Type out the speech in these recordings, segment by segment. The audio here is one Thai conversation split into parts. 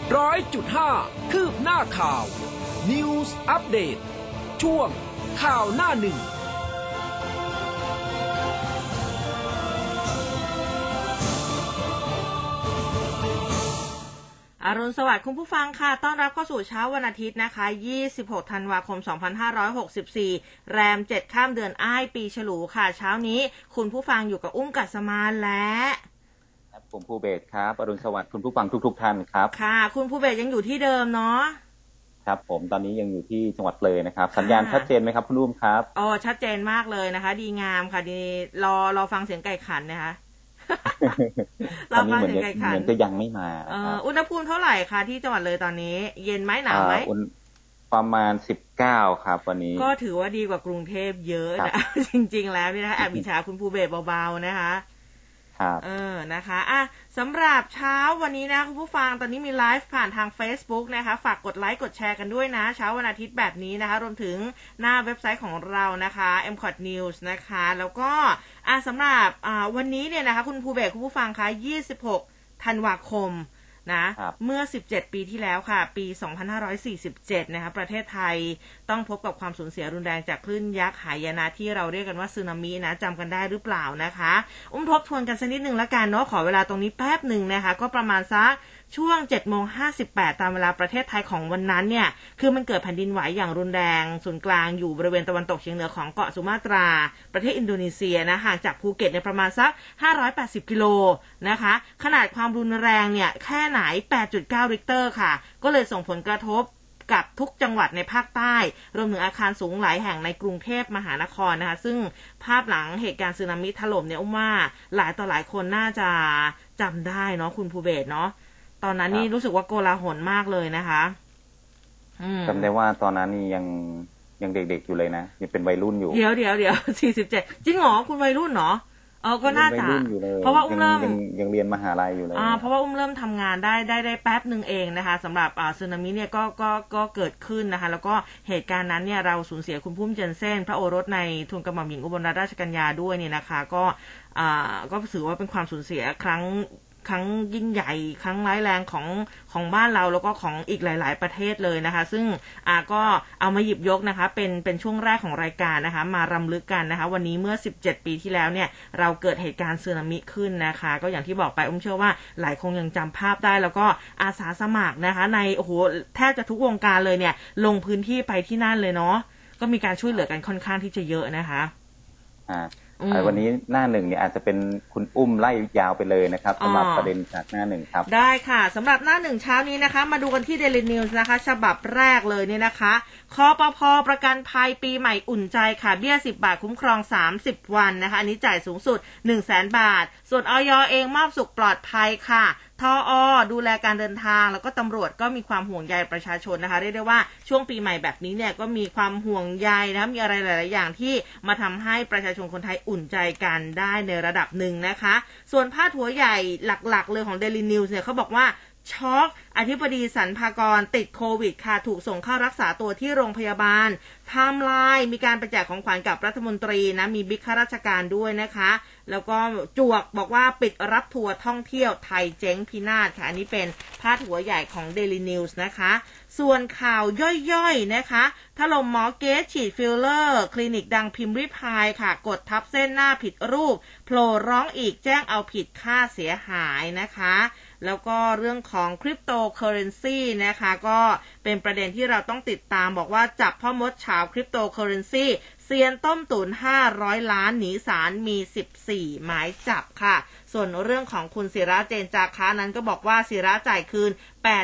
100.5 คืบหน้าข่าว News Update ช่วงข่าวหน้าหนึ่งอรุณสวัสดิ์คุณผู้ฟังค่ะต้อนรับเข้าสู่เช้าวันอาทิตย์นะคะ26ธันวาคม2564แรม7ค่ำเดือนอ้ายปีฉลูค่ะเช้านี้คุณผู้ฟังอยู่กับอุ้มกัสมานและผมภูเบศครับอรุณสวัสดิ์คุณผู้ฟังทุกท่านครับค่ะคุณภูเบศยังอยู่ที่เดิมเนาะครับผมตอนนี้ยังอยู่ที่จังหวัดเลยนะครับสัญญาณชัดเจนไหมครับคุณอุ้มครับอ๋อชัดเจนมากเลยนะคะดีงามค่ะดีรอฟังเสียงไก่ขันนะคะตอนนี้เหมือนจะยังไม่มาอุณหภูมิเท่าไหร่คะที่จังหวัดเลยตอนนี้เย็นไหมหนาวไหมประมาณ19ครับวันนี้ก็ถือว่าดีกว่ากรุงเทพเยอะนะจริงๆแล้วนี่นะคะแอบอิจฉาคุณภูเบศเบาๆนะคะนะคะสำหรับเช้าวันนี้นะคุณผู้ฟังตอนนี้มีไลฟ์ผ่านทาง Facebook นะคะฝากกดไลค์กดแชร์กันด้วยนะเช้าวันอาทิตย์แบบนี้นะคะรวมถึงหน้าเว็บไซต์ของเรานะคะ MCOT News นะคะแล้วก็สำหรับวันนี้เนี่ยนะคะคุณภูเบศคุณผู้ฟังคะ26ธันวาคมนะเมื่อ17ปีที่แล้วค่ะปี2547นะคะประเทศไทยต้องพบกับความสูญเสียรุนแรงจากคลื่นยักษ์หายนะที่เราเรียกกันว่าสึนามินะจำกันได้หรือเปล่านะคะทบทวนกันสักนิดนึงละกันเนาะขอเวลาตรงนี้แป๊บนึงนะคะก็ประมาณสักช่วง 7:58 ตามเวลาประเทศไทยของวันนั้นเนี่ยคือมันเกิดแผ่นดินไหวอย่างรุนแรงศูนย์กลางอยู่บริเวณตะวันตกเฉียงเหนือของเกาะสุมาตราประเทศอินโดนีเซียนะห่างจากภูเก็ตในประมาณสัก580กิโลนะคะขนาดความรุนแรงเนี่ยแค่ไหน 8.9 ริกเตอร์ค่ะก็เลยส่งผลกระทบกับทุกจังหวัดในภาคใต้รวมถึงอาคารสูงหลายแห่งในกรุงเทพมหานครนะคะซึ่งภาพหลังเหตุการณ์สึนามิถล่มเนี่ยว่าหลายต่อหลายคนน่าจะจำได้เนาะคุณภูเบศเนาะตอนนั้นนี่รู้สึกว่าโกลาหลมากเลยนะคะจำได้ว่าตอนนั้นนี่ยังเด็กๆอยู่เลยนะยังเป็นวัยรุ่นอยู่เดี๋ยว47จริงเหรอคุณวัยรุ่นเหรอก็น่าจะเพราะว่าอุ้มเริ่มยังเรียนมหาลัยอยู่เลยเพราะว่าอุ้มเริ่มทำงานได้แป๊บนึงเองนะคะสำหรับสึนามิเนี่ยก็เกิดขึ้นนะคะแล้วก็เหตุการณ์นั้นเนี่ยเราสูญเสียคุณพุ่มเจนเซ่นพระโอรสในทูลกระหม่อมหญิงอุบลรัตนราชกัญญาด้วยเนี่ยนะคะก็ถือว่าเป็นความสูญเสียครั้งยิ่งใหญ่ครั้งร้ายแรงของบ้านเราแล้วก็ของอีกหลายๆประเทศเลยนะคะซึ่งก็เอามาหยิบยกนะคะเป็นช่วงแรกของรายการนะคะมารำลึกกันนะคะวันนี้เมื่อ17ปีที่แล้วเนี่ยเราเกิดเหตุการณ์สึนามิขึ้นนะคะก็อย่างที่บอกไปอุ้มเชื่อว่าหลายคงยังจำภาพได้แล้วก็อาสาสมัครนะคะในโอ้โหแทบจะทุกวงการเลยเนี่ยลงพื้นที่ไปที่นั่นเลยเนาะก็มีการช่วยเหลือกันค่อนข้างที่จะเยอะนะคะวันนี้หน้าหนึ่งเนี่ยอาจจะเป็นคุณอุ้มไล่ยาวไปเลยนะครับสำหรับประเด็นจากหน้าหนึ่งครับได้ค่ะสำหรับหน้าหนึ่งเช้านี้นะคะมาดูกันที่ Daily News นะคะฉบับแรกเลยเนี่ยนะคะคปภ.ประกันภัยปีใหม่อุ่นใจค่ะเบี้ย10 บาทคุ้มครอง30วันนะคะอันนี้จ่ายสูงสุด 100,000 บาทส่วนอย.เองมอบสุขปลอดภัยค่ะทอ.ดูแลการเดินทางแล้วก็ตำรวจก็มีความห่วงใยประชาชนนะคะเรียกได้ว่าช่วงปีใหม่แบบนี้เนี่ยก็มีความห่วงใยนะมีอะไรหลายๆอย่างที่มาทำให้ประชาชนคนไทยอุ่นใจกันได้ในระดับหนึ่งนะคะส่วนพาดหัวใหญ่หลักๆเลยของ Daily News เนี่ยเขาบอกว่าช็อกอธิบดีสรรพากรติดโควิดค่ะถูกส่งเข้ารักษาตัวที่โรงพยาบาลไทม์ไลน์มีการไปแจกของขวัญกับรัฐมนตรีนะมีบิ๊กข้าราชการด้วยนะคะแล้วก็จวกบอกว่าปิดรับทัวร์ท่องเที่ยวไทยเจ๊งพินาศค่ะอันนี้เป็นพาดหัวใหญ่ของ Daily News นะคะส่วนข่าวย่อยๆนะคะถล่มหมอเกสฉีดฟิลเลอร์คลินิกดังพิมพ์ริพายค่ะกดทับเส้นหน้าผิดรูปโผล่ร้องอีกแจ้งเอาผิดค่าเสียหายนะคะแล้วก็เรื่องของคริปโตเคอเรนซีนะคะก็เป็นประเด็นที่เราต้องติดตามบอกว่าจับพ่อมดฉาวคริปโตเคอเรนซีเซียนต้มตุ๋น500 ล้านหนีศาลมี14หมายจับค่ะส่วนเรื่องของคุณศิระเจนจาคะนั้นก็บอกว่าศิระจ่ายคืน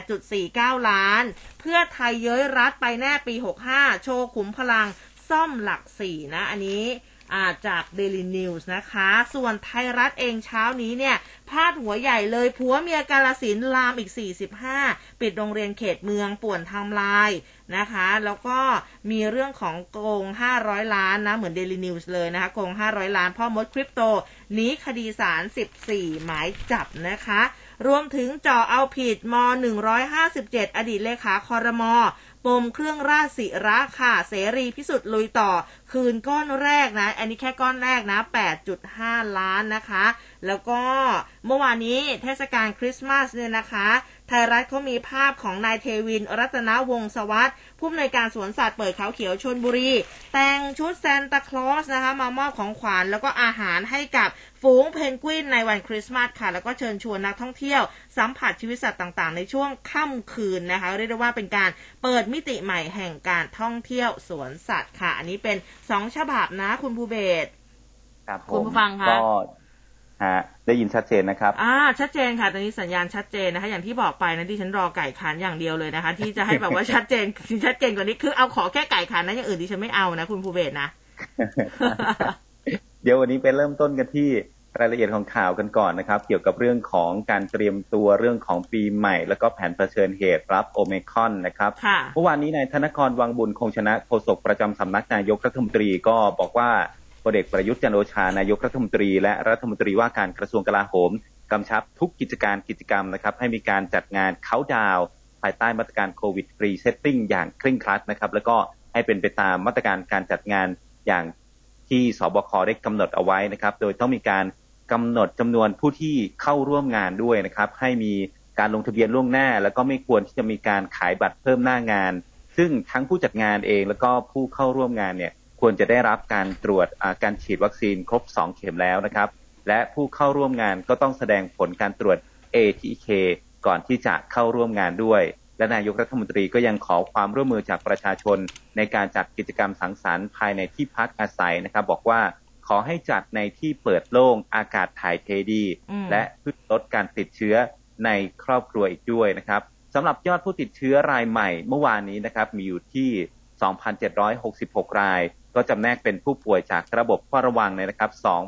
8.49 ล้านเพื่อไทยเย้ยรัฐไปแน่ปี65โชว์ขุมพลังซ่อมหลัก4นะอันนี้จาก Daily News นะคะส่วนไทยรัฐเองเช้านี้เนี่ยพาดหัวใหญ่เลยผัวเมียกาฬสินธุ์ลามอีก45ปิดโรงเรียนเขตเมืองป่วนไทม์ไลน์นะคะแล้วก็มีเรื่องของโกง500 ล้านนะเหมือน Daily News เลยนะคะโกง500 ล้านพ่อมดคริปโตหนีคดีศาล14หมายจับนะคะรวมถึงจ่อเอาผิดม.157 อดีตเลขาครม.ปมเครื่องราชศิระค่ะเสรีพิสุทธิ์ลุยต่อคืนก้อนแรกนะอันนี้แค่ก้อนแรกนะ 8.5 ล้านนะคะแล้วก็เมื่อวานนี้เทศกาลคริสต์มาสเนี่ยนะคะไทยรัฐเขามีภาพของนายเทวินรัตนวงศ์สวัสดิ์ผู้อำนวยการสวนสัตว์เปิดเขาเขียวชลบุรีแต่งชุดซานตาคลอสนะคะมามอบของขวัญแล้วก็อาหารให้กับฝูงเพนกวินในวันคริสต์มาสค่ะแล้วก็เชิญชวนนักท่องเที่ยวสัมผัสชีวิตสัตว์ต่างๆในช่วงค่ำคืนนะคะเรียกได้ว่าเป็นการเปิดมิติใหม่แห่งการท่องเที่ยวสวนสัตว์ค่ะอันนี้เป็น2ฉบับนะคุณภูเบศรครับผมคุณผู้ฟังคะก็ได้ยินชัดเจนนะครับชัดเจนค่ะตอนนี้สัญญาณชัดเจนนะคะอย่างที่บอกไปนะที่ฉันรอไก่ขันอย่างเดียวเลยนะคะที่จะให้แบบว่าชัดเจนกว่านี้คือเอาขอแค่ไก่ขันนะอย่างอื่นดิฉันไม่เอานะคุณภูเบศรนะเดี๋ยววันนี้ไปเริ่มต้นกันที่รายละเอียดของข่าวกันก่อนนะครับเกี่ยวกับเรื่องของการเตรียมตัวเรื่องของปีใหม่แล้วก็แผนเผชิญเหตุรับโอไมครอนนะครับเมื่อวานนี้นายธนกรวังบุญคงชนะโฆษกประจำสำนักนายกรัฐมนตรีก็บอกว่าพลเอกประยุทธ์จันทร์โอชานายกรัฐมนตรีและรัฐมนตรีว่าการกระทรวงกลาโหมกำชับทุกกิจกรรมนะครับให้มีการจัดงานเค้าท์ดาวน์ภายใต้มาตรการโควิดฟรีเซตติ้งอย่างเคร่งครัดนะครับแล้วก็ให้เป็นไปตามมาตรการการจัดงานอย่างที่สบคได้กำหนดเอาไว้นะครับโดยต้องมีการกำหนดจำนวนผู้ที่เข้าร่วมงานด้วยนะครับให้มีการลงทะเบียนล่วงหน้าแล้วก็ไม่ควรที่จะมีการขายบัตรเพิ่มหน้างานซึ่งทั้งผู้จัดงานเองแล้วก็ผู้เข้าร่วมงานเนี่ยควรจะได้รับการตรวจการฉีดวัคซีนครบ2เข็มแล้วนะครับและผู้เข้าร่วมงานก็ต้องแสดงผลการตรวจ ATK ก่อนที่จะเข้าร่วมงานด้วยและนายกรัฐมนตรีก็ยังขอความร่วมมือจากประชาชนในการจัดกิจกรรมสังสรรค์ภายในที่พักอาศัยนะครับบอกว่าขอให้จัดในที่เปิดโล่งอากาศถ่ายเทดีและเพื่อลดการติดเชื้อในครอบครัวอีกด้วยนะครับสำหรับยอดผู้ติดเชื้อรายใหม่เมื่อวานนี้นะครับมีอยู่ที่ 2,766 รายก็จำแนกเป็นผู้ป่วยจากระบบเฝ้าระวังนะครับ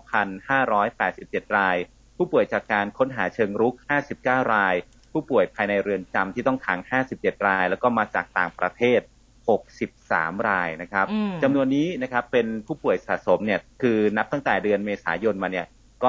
2,587 รายผู้ป่วยจากการค้นหาเชิงรุก59รายผู้ป่วยภายในเรือนจำที่ต้องขัง57รายแล้วก็มาจากต่างประเทศ63รายนะครับจำนวนนี้นะครับเป็นผู้ป่วยสะสมเนี่ยคือนับตั้งแต่เดือนเมษายนมาเนี่ยก็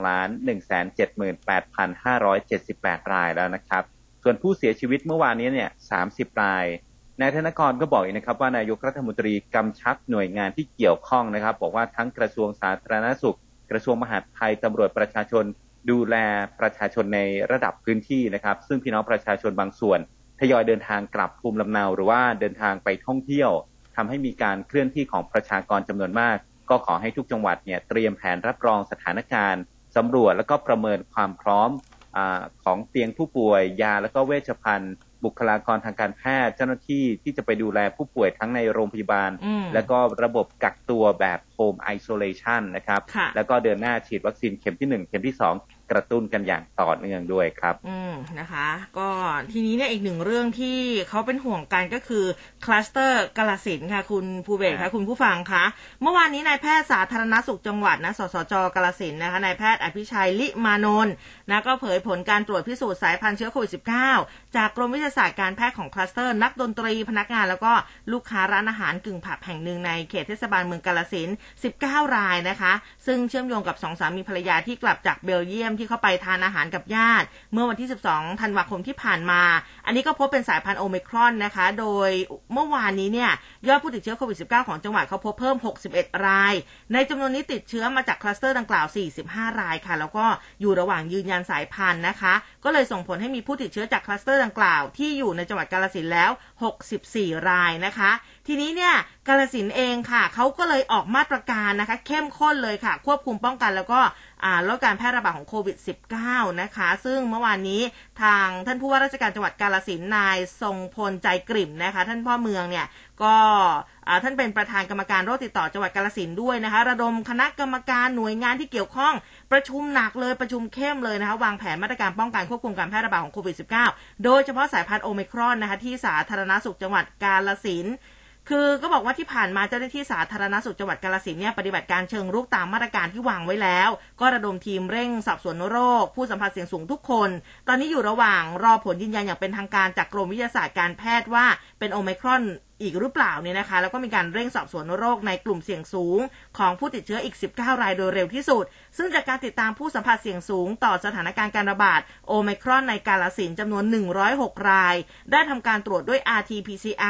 2,178,578 รายแล้วนะครับส่วนผู้เสียชีวิตเมื่อวานนี้เนี่ย30รายนายธนกรก็บอกอีกนะครับว่านายกรัฐมนตรีกำชับหน่วยงานที่เกี่ยวข้องนะครับบอกว่าทั้งกระทรวงสาธารณสุขกระทรวงมหาดไทยตำรวจประชาชนดูแลประชาชนในระดับพื้นที่นะครับซึ่งพี่น้องประชาชนบางส่วนทยอยเดินทางกลับภูมิลำเนาหรือว่าเดินทางไปท่องเที่ยวทำให้มีการเคลื่อนที่ของประชากรจำนวนมากก็ขอให้ทุกจังหวัดเนี่ยเตรียมแผนรับรองสถานการณ์สำรวจแล้วก็ประเมินความพร้อมของเตียงผู้ป่วยยาแล้วก็เวชภัณฑ์บุคลากรทางการแพทย์เจ้าหน้าที่ที่จะไปดูแลผู้ป่วยทั้งในโรงพยาบาลแล้วก็ระบบกักตัวแบบ Home Isolation นะครับแล้วก็เดินหน้าฉีดวัคซีนเข็มที่1เข็มที่2กระตุ้นกันอย่างต่อเนื่องด้วยครับนะคะก็ทีนี้เนี่ยอีกหนึ่งเรื่องที่เขาเป็นห่วงกันก็คือคลัสเตอร์กาฬสินธุ์ค่ะคุณภูเบศรค่ะคุณผู้ฟังคะเมื่อวานนี้นายแพทย์สาธารณสุขจังหวัดนะสสจ.กาฬสินธุ์นะคะนายแพทย์อภิชัยลิมานนท์นะก็เผยผลการตรวจพิสูจน์สายพันธุ์เชื้อโควิด -19 จากกรมวิทยาศาสตร์การแพทย์ของคลัสเตอร์นักดนตรีพนักงานแล้วก็ลูกค้าร้านอาหารกึ่งผับแห่งหนึ่งในเขตเทศบาลเมืองกาฬสินธุ์19รายนะคะซึ่งเชื่อมโยงกับ2สามีภรรยาที่กลับจากเบลเยียมที่เข้าไปทานอาหารกับญาติเมื่อวันที่12ธันวาคมที่ผ่านมาอันนี้ก็พบเป็นสายพันธุ์โอไมครอนนะคะโดยเมื่อวานนี้เนี่ยยอดผู้ติดเชื้อโควิด -19 ของจังหวัดเขาพบเพิ่ม61รายในจำนวนนี้ติดเชื้อมาจากคลัสเตอร์ดังกล่าว45รายค่ะแล้วก็อยู่ระหว่างยืนยันสายพันธุ์นะคะก็เลยส่งผลให้มีผู้ติดเชื้อจากคลัสเตอร์ดังกล่าวที่อยู่ในจังหวัดกาฬสินธุ์แล้ว64รายนะคะทีนี้เนี่ยกาฬสินธุ์เองค่ะเขาก็เลยออกมาตรการนะคะเข้มข้นเลยค่ะควบคุมป้องกันแล้วก็ลดการแพร่ระบาดของโควิด -19 นะคะซึ่งเมื่อวานนี้ทางท่านผู้ว่าราชการจังหวัดกาฬสินธุ์นายทรงพลใจกริ่มนะคะท่านพ่อเมืองเนี่ยก็ท่านเป็นประธานกรรมการโรคติดต่อจังหวัดกาฬสินธุ์ด้วยนะคะระดมคณะกรรมการหน่วยงานที่เกี่ยวข้องประชุมหนักเลยประชุมเข้มเลยนะคะวางแผนมาตรการป้องกันควบคุมการแพร่ระบาดของโควิด -19 โดยเฉพาะสายพันธุ์โอไมครอนนะคะที่สาธารณสุขจังหวัดกาฬสินธุ์คือก็บอกว่าที่ผ่านมาเจ้าหน้าที่สาธารณสุขจังหวัดกาฬสินธุ์เนี่ยปฏิบัติการเชิงรุกตามมาตรการที่วางไว้แล้วก็ระดมทีมเร่งสอบสวนโรคผู้สัมผัสเสี่ยงสูงทุกคนตอนนี้อยู่ระหว่างรอผลยืนยันอย่างเป็นทางการจากกรมวิทยาศาสตร์การแพทย์ว่าเป็นโอไมครอนอีกหรือเปล่าเนี่ยนะคะแล้วก็มีการเร่งสอบสวนโรคในกลุ่มเสี่ยงสูงของผู้ติดเชื้ออีก19รายโดยเร็วที่สุดซึ่งจากการติดตามผู้สัมผัสเสี่ยงสูงต่อสถานการณ์การระบาดโอไมครอนในกาฬสินธุ์จำนวน106รายได้ทำการตรวจด้วย RT-PCR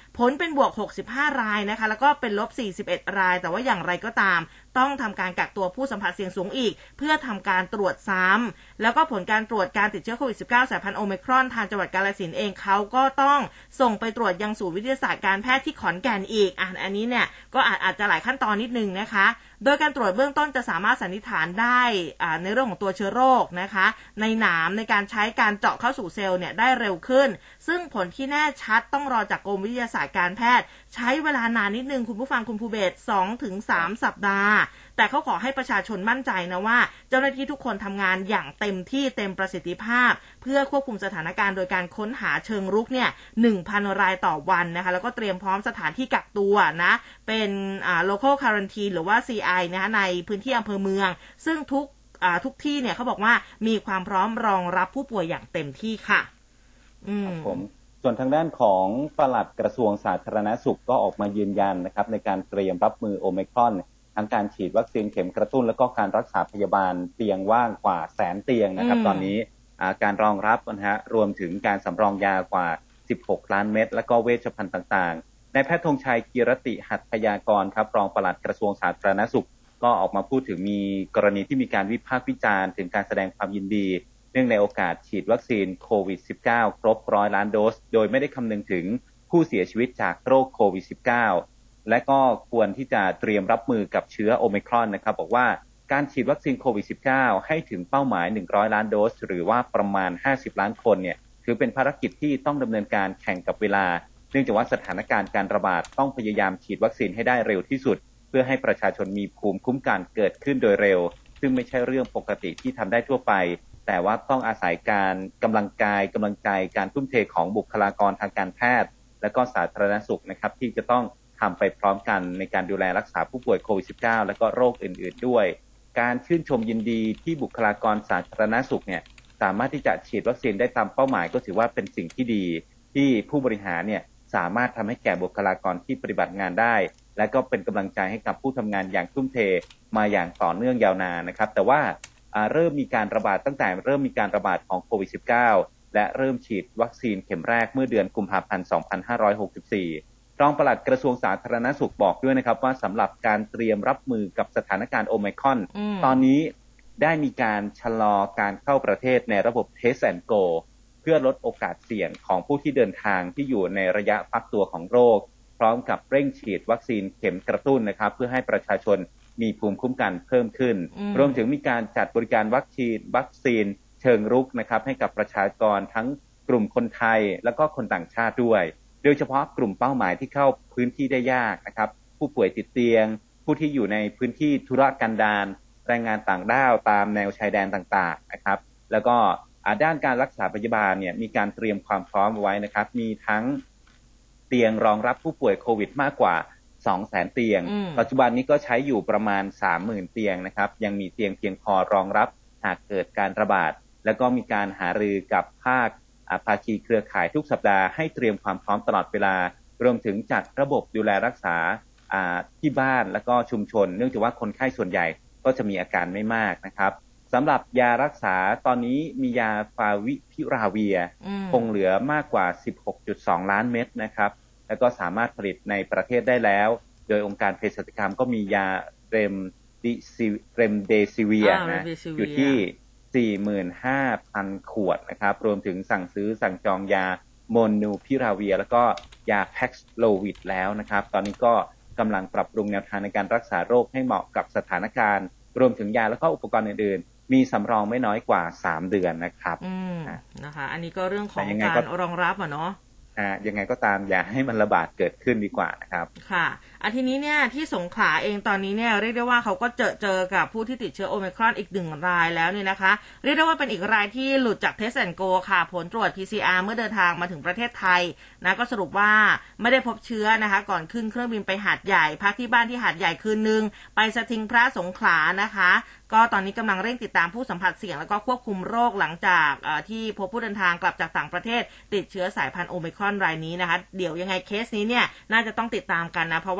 ผลเป็นบวก65รายนะคะแล้วก็เป็นลบ41รายแต่ว่าอย่างไรก็ตามต้องทำการกักตัวผู้สัมผัสเสี่ยงสูงอีกเพื่อทำการตรวจซ้ำแล้วก็ผลการตรวจการติดเชื้อโควิด -19 สายพันธุ์โอไมครอนทางจังหวัดกาฬสินธุ์เองเขาก็ต้องส่งไปตรวจยังศูนย์วิทยาศาสตร์การแพทย์ที่ขอนแก่นอีกอันนี้เนี่ยก็อาจจะหลายขั้นตอนนิดนึงนะคะโดยการตรวจเบื้องต้นจะสามารถสันนิษฐานได้ในเรื่องของตัวเชื้อโรคนะคะในหนามในการใช้การเจาะเข้าสู่เซลล์เนี่ยได้เร็วขึ้นซึ่งผลที่แน่ชัดต้องรอจากกรมวิทยาศาสตร์การแพทย์ใช้เวลานานนิดนึงคุณผู้ฟังคุณภูเบศ 2-3 สัปดาห์แต่เขาขอให้ประชาชนมั่นใจนะว่าเจ้าหน้าที่ทุกคนทำงานอย่างเต็มที่เต็มประสิทธิภาพเพื่อควบคุมสถานการณ์โดยการค้นหาเชิงรุกเนี่ย 1,000 รายต่อวันนะคะแล้วก็เตรียมพร้อมสถานที่กักตัวนะเป็นlocal quarantine หรือว่า CI นะคะในพื้นที่อำเภอเมืองซึ่งทุกที่เนี่ยเขาบอกว่ามีความพร้อมรองรับผู้ป่วยอย่างเต็มที่ค่ะครับผมส่วนทางด้านของปลัดกระทรวงสาธารณสุขก็ออกมายืนยันนะครับในการเตรียมรับมือโอไมครอนทั้งการฉีดวัคซีนเข็มกระตุ้นแล้วก็การรักษาพยาบาลเตียงว่างกว่า100,000 เตียงนะครับตอนนี้การรองรับนะฮะรวมถึงการสำรองยากว่า16 ล้านเม็ดแล้วก็เวชภัณฑ์ต่างๆนายแพทย์ธงชัยกีรติหัตถยากรครับรองปลัดกระทรวงสาธารณสุขก็ออกมาพูดถึงมีกรณีที่มีการวิพากษ์วิจารณ์ถึงการแสดงความยินดีเนื่องในโอกาสฉีดวัคซีนโควิด -19 ครบ100 ล้านโดสโดยไม่ได้คำนึงถึงผู้เสียชีวิตจากโรคโควิด -19 และก็ควรที่จะเตรียมรับมือกับเชื้อโอไมครอนนะครับบอกว่าการฉีดวัคซีนโควิด -19 ให้ถึงเป้าหมาย100 ล้านโดสหรือว่าประมาณ50 ล้านคนเนี่ยถือเป็นภารกิจที่ต้องดำเนินการแข่งกับเวลาเนื่องจากว่าสถานการณ์การระบาดต้องพยายามฉีดวัคซีนให้ได้เร็วที่สุดเพื่อให้ประชาชนมีภูมิคุ้มกันเกิดขึ้นโดยเร็วซึ่งไม่ใช่เรื่องปกติที่ทำได้ทั่วไปแต่ว่าต้องอาศัยการกำลังกายกำลังใจการทุ่มเทของบุคลากรทางการแพทย์และก็สาธารณสุขนะครับที่จะต้องทำไปพร้อมกันในการดูแลรักษาผู้ป่วยโควิด -19 และก็โรคอื่นๆด้วยการชื่นชมยินดีที่บุคลากรสาธารณสุขเนี่ยสามารถที่จะฉีดวัคซีนได้ตามเป้าหมายก็ถือว่าเป็นสิ่งที่ดีที่ผู้บริหารเนี่ยสามารถทำให้แก่บุคลากรที่ปฏิบัติงานได้และก็เป็นกำลังใจให้กับผู้ทำงานอย่างทุ่มเทมาอย่างต่อเนื่องยาวนานนะครับแต่ว่าเริ่มมีการระบาดตั้งแต่เริ่มมีการระบาดของโควิด -19 และเริ่มฉีดวัคซีนเข็มแรกเมื่อเดือนกุมภาพันธ์ 2564 รองปลัดกระทรวงสาธารณสุขบอกด้วยนะครับว่าสำหรับการเตรียมรับมือกับสถานการณ์โอไมครอนตอนนี้ได้มีการชะลอการเข้าประเทศในระบบ Test and Go เพื่อลดโอกาสเสี่ยงของผู้ที่เดินทางที่อยู่ในระยะฟักตัวของโรคพร้อมกับเร่งฉีดวัคซีนเข็มกระตุ้นนะครับเพื่อให้ประชาชนมีภูมิคุ้มกันเพิ่มขึ้นรวมถึงมีการจัดบริการวัคซีนเชิงรุกนะครับให้กับประชากรทั้งกลุ่มคนไทยแล้วก็คนต่างชาติด้วยโดยเฉพาะกลุ่มเป้าหมายที่เข้าพื้นที่ได้ยากนะครับผู้ป่วยติดเตียงผู้ที่อยู่ในพื้นที่ทุรกันดารแรงงานต่างด้าวตามแนวชายแดนต่างๆนะครับแล้วก็ด้านการรักษาพยาบาลเนี่ยมีการเตรียมความพร้อมไว้นะครับมีทั้งเตียงรองรับผู้ป่วยโควิดมากกว่า 200,000 เตียงปัจจุบันนี้ก็ใช้อยู่ประมาณ 30,000 เตียงนะครับยังมีเตียงเพียงพอรองรับหากเกิดการระบาดแล้วก็มีการหารือกับภาคีเครือข่ายทุกสัปดาห์ให้เตรียมความพร้อมตลอดเวลารวมถึงจัดระบบดูแลรักษาที่บ้านแล้วก็ชุมชนเนื่องจากว่าคนไข้ส่วนใหญ่ก็จะมีอาการไม่มากนะครับสำหรับยารักษาตอนนี้มียาฟาวิพิราเวียคงเหลือมากกว่า 16.2 ล้านเม็ดนะครับแล้วก็สามารถผลิตในประเทศได้แล้วโดยองค์การเภสัชกรรมก็มียาเรมเดซิเวียนะอยู่ที่ 45,000 ขวดนะครับรวมถึงสั่งซื้อสั่งจองยาโมนูพิราเวียแล้วก็ยาแพ็กโลวิดแล้วนะครับตอนนี้ก็กำลังปรับปรุงแนวทางในการรักษาโรคให้เหมาะกับสถานการณ์รวมถึงยาแล้วก็อุปกรณ์อื่นๆมีสำรองไม่น้อยกว่า3 เดือนนะครับนะคะอันนี้ก็เรื่องของการรองรับเนาะยังไงก็ตามอย่าให้มันระบาดเกิดขึ้นดีกว่านะครับค่ะทีนี้เนี่ยที่สงขลาเองตอนนี้เนี่ยเรียกได้ว่าเขาก็เจอกับผู้ที่ติดเชื้อโอไมครอนอีก1 รายแล้วเนี่ยนะคะเรียกได้ว่าเป็นอีกรายที่หลุดจาก Test and Go ค่ะผลตรวจ PCR เมื่อเดินทางมาถึงประเทศไทยนะก็สรุปว่าไม่ได้พบเชื้อนะคะก่อนขึ้นเครื่องบินไปหาดใหญ่พักที่บ้านที่หาดใหญ่คืนนึงไปสถิงพระสงขลานะคะก็ตอนนี้กำลังเร่งติดตามผู้สัมผัสเสี่ยงแล้วก็ควบคุมโรคหลังจากที่พบผู้เดินทางกลับจากต่างประเทศติดเชื้อสายพันธุ์โอไมครอนรายนี้นะคะเดี๋ยวยังไงเคสนี้เนี่ยน่าจะต้องติดตามกันนะเพราะว่า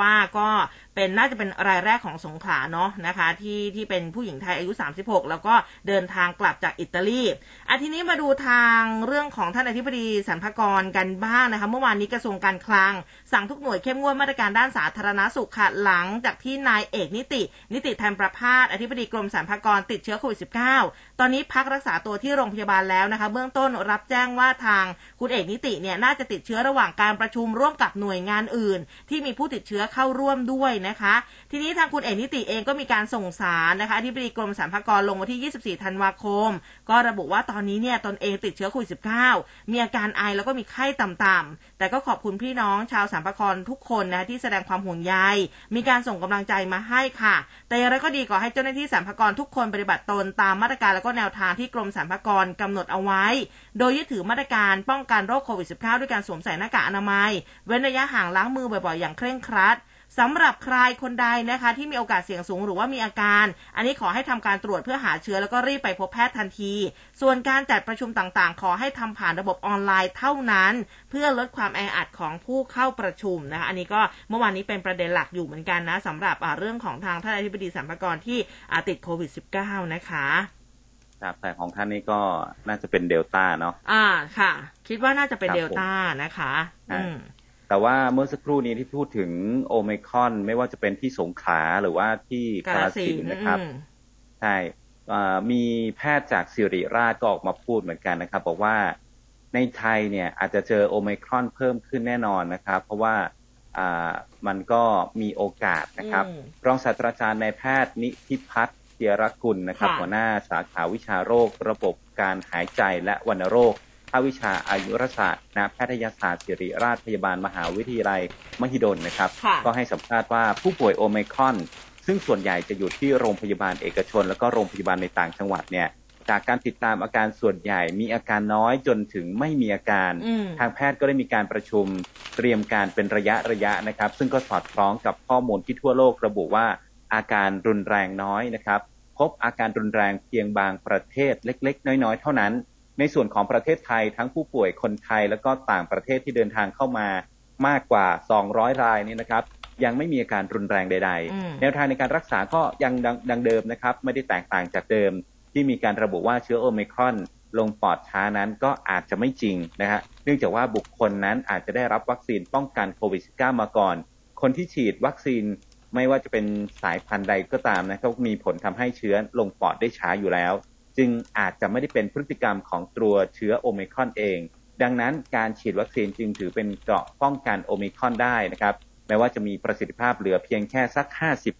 ว่าก็น่าจะเป็นรายแรกของสงขลาเนาะนะคะที่เป็นผู้หญิงไทยอายุ36แล้วก็เดินทางกลับจากอิตาลีทีนี้มาดูทางเรื่องของท่านอธิบดีสรรพากรกันบ้างนะคะเมื่อวานนี้กระทรวงการคลังสั่งทุกหน่วยเข้มงวดมาตรการด้านสาธารณสุขค่ะหลังจากที่นายเอกนิติธรรมประภาสอธิบดีกรมสรรพากรติดเชื้อโควิด -19 ตอนนี้พักรักษาตัวที่โรงพยาบาลแล้วนะคะเบื้องต้นรับแจ้งว่าทางคุณเอกนิติเนี่ยน่าจะติดเชื้อระหว่างการประชุมร่วมกับหน่วยงานอื่นที่มีผู้ติดเชื้อเข้าร่วมด้วยนะคะทีนี้ทางคุณเอกนิติเองก็มีการส่งสารนะคะอธิบดีกรมสรรพากรลงวันที่24ธันวาคมก็ระบุว่าตอนนี้เนี่ยตนเองติดเชื้อโควิด -19 มีอาการไอแล้วก็มีไข้ต่ำๆแต่ก็ขอบคุณพี่น้องชาวสรรพากรทุกคนนะที่แสดงความห่วงใยมีการส่งกำลังใจมาให้ค่ะแต่อย่างไรก็ดีขอให้เจ้าหน้าที่สรรพากรทุกคนปฏิบัติตนตามมาตรการและก็แนวทางที่กรมสรรพากรกำหนดเอาไว้โดยยึดถือมาตรการป้องกันโรคโควิด -19 ด้วยการสวมใส่หน้ากากอนามัยเว้นระยะห่างล้างมือบ่อยๆอย่างเคร่งครัดสำหรับใครคนใดนะคะที่มีโอกาสเสี่ยงสูงหรือว่ามีอาการอันนี้ขอให้ทำการตรวจเพื่อหาเชื้อแล้วก็รีบไปพบแพทย์ทันทีส่วนการจัดประชุมต่างๆขอให้ทำผ่านระบบออนไลน์เท่านั้นเพื่อลดความแออัดของผู้เข้าประชุมนะคะอันนี้ก็เมื่อวานนี้เป็นประเด็นหลักอยู่เหมือนกันนะสำหรับเรื่องของทางท่านอธิบดีสรรพากรที่ติดโควิด -19 นะคะครับแต่ของท่านนี้ก็น่าจะเป็นเดลต้าเนาะค่ะคิดว่าน่าจะเป็นเดลต้านะคะแต่ว่าเมื่อสักครู่นี้ที่พูดถึงโอไมครอนไม่ว่าจะเป็นที่สงขลาหรือว่าที่กาฬสินธุ์นะครับใช่มีแพทย์จากศิริราชก็ออกมาพูดเหมือนกันนะครับบอกว่าในไทยเนี่ยอาจจะเจอโอไมครอนเพิ่มขึ้นแน่นอนนะครับเพราะว่ามันก็มีโอกาสนะครับรองศาสตราจารย์นายแพทย์นิธิพัฒน์เจียรกุลนะครับหัวหน้าสาขาวิชาโรคระบบการหายใจและวัณโรคภาควิชาอายุรศาสตร์ณแพทยศาสตร์ศิริราชพยาบาลมหาวิทยาลัยมหิดลนะครับก็ให้สัมภาษณ์ว่าผู้ป่วยโอไมครอนซึ่งส่วนใหญ่จะอยู่ที่โรงพยาบาลเอกชนแล้วก็โรงพยาบาลในต่างจังหวัดเนี่ยจากการติดตามอาการส่วนใหญ่มีอาการน้อยจนถึงไม่มีอาการทางแพทย์ก็ได้มีการประชุมเตรียมการเป็นระยะนะครับซึ่งก็สอดคล้องกับข้อมูลที่ทั่วโลกระบุว่าอาการรุนแรงน้อยนะครับพบอาการรุนแรงเพียงบางประเทศเล็กๆน้อยๆเท่านั้นในส่วนของประเทศไทยทั้งผู้ป่วยคนไทยแล้วก็ต่างประเทศที่เดินทางเข้ามามากกว่า200รายนี่นะครับยังไม่มีอาการรุนแรงใดๆแนวทางในการรักษาก็ยังดังเดิมนะครับไม่ได้แตกต่างจากเดิมที่มีการระบุว่าเชื้อโอไมครอนลงปอดช้านั้นก็อาจจะไม่จริงนะฮะเนื่องจากว่าบุคคลนั้นอาจจะได้รับวัคซีนป้องกันโควิด -19 มาก่อนคนที่ฉีดวัคซีนไม่ว่าจะเป็นสายพันธุ์ใดก็ตามนะก็มีผลทำให้เชื้อลงปอดได้ช้าอยู่แล้วจึงอาจจะไม่ได้เป็นพฤติกรรมของตัวเชื้อโอไมครอนเองดังนั้นการฉีดวัคซีนจึงถือเป็นเกราะป้องกันโอไมครอนได้นะครับแม้ว่าจะมีประสิทธิภาพเหลือเพียงแค่สัก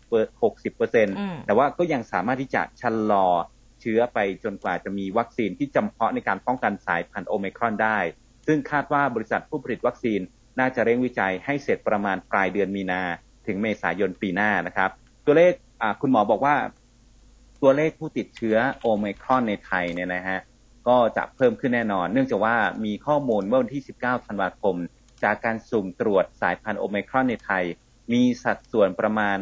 50-60% แต่ว่าก็ยังสามารถที่จะชะลอเชื้อไปจนกว่าจะมีวัคซีนที่จำเพาะในการป้องกันสายพันธุ์โอไมครอนได้ซึ่งคาดว่าบริษัทผู้ผลิตวัคซีนน่าจะเร่งวิจัยให้เสร็จประมาณปลายเดือนมีนาถึงเมษายนปีหน้านะครับตัวเลขคุณหมอบอกว่าตัวเลขผู้ติดเชื้อโอไมครอนในไทยเนี่ยนะฮะก็จะเพิ่มขึ้นแน่นอนเนื่องจากว่ามีข้อมูลเมื่อวันที่19ธันวาคมจากการสุ่มตรวจสายพันธุ์โอไมครอนในไทยมีสัดส่วนประมาณ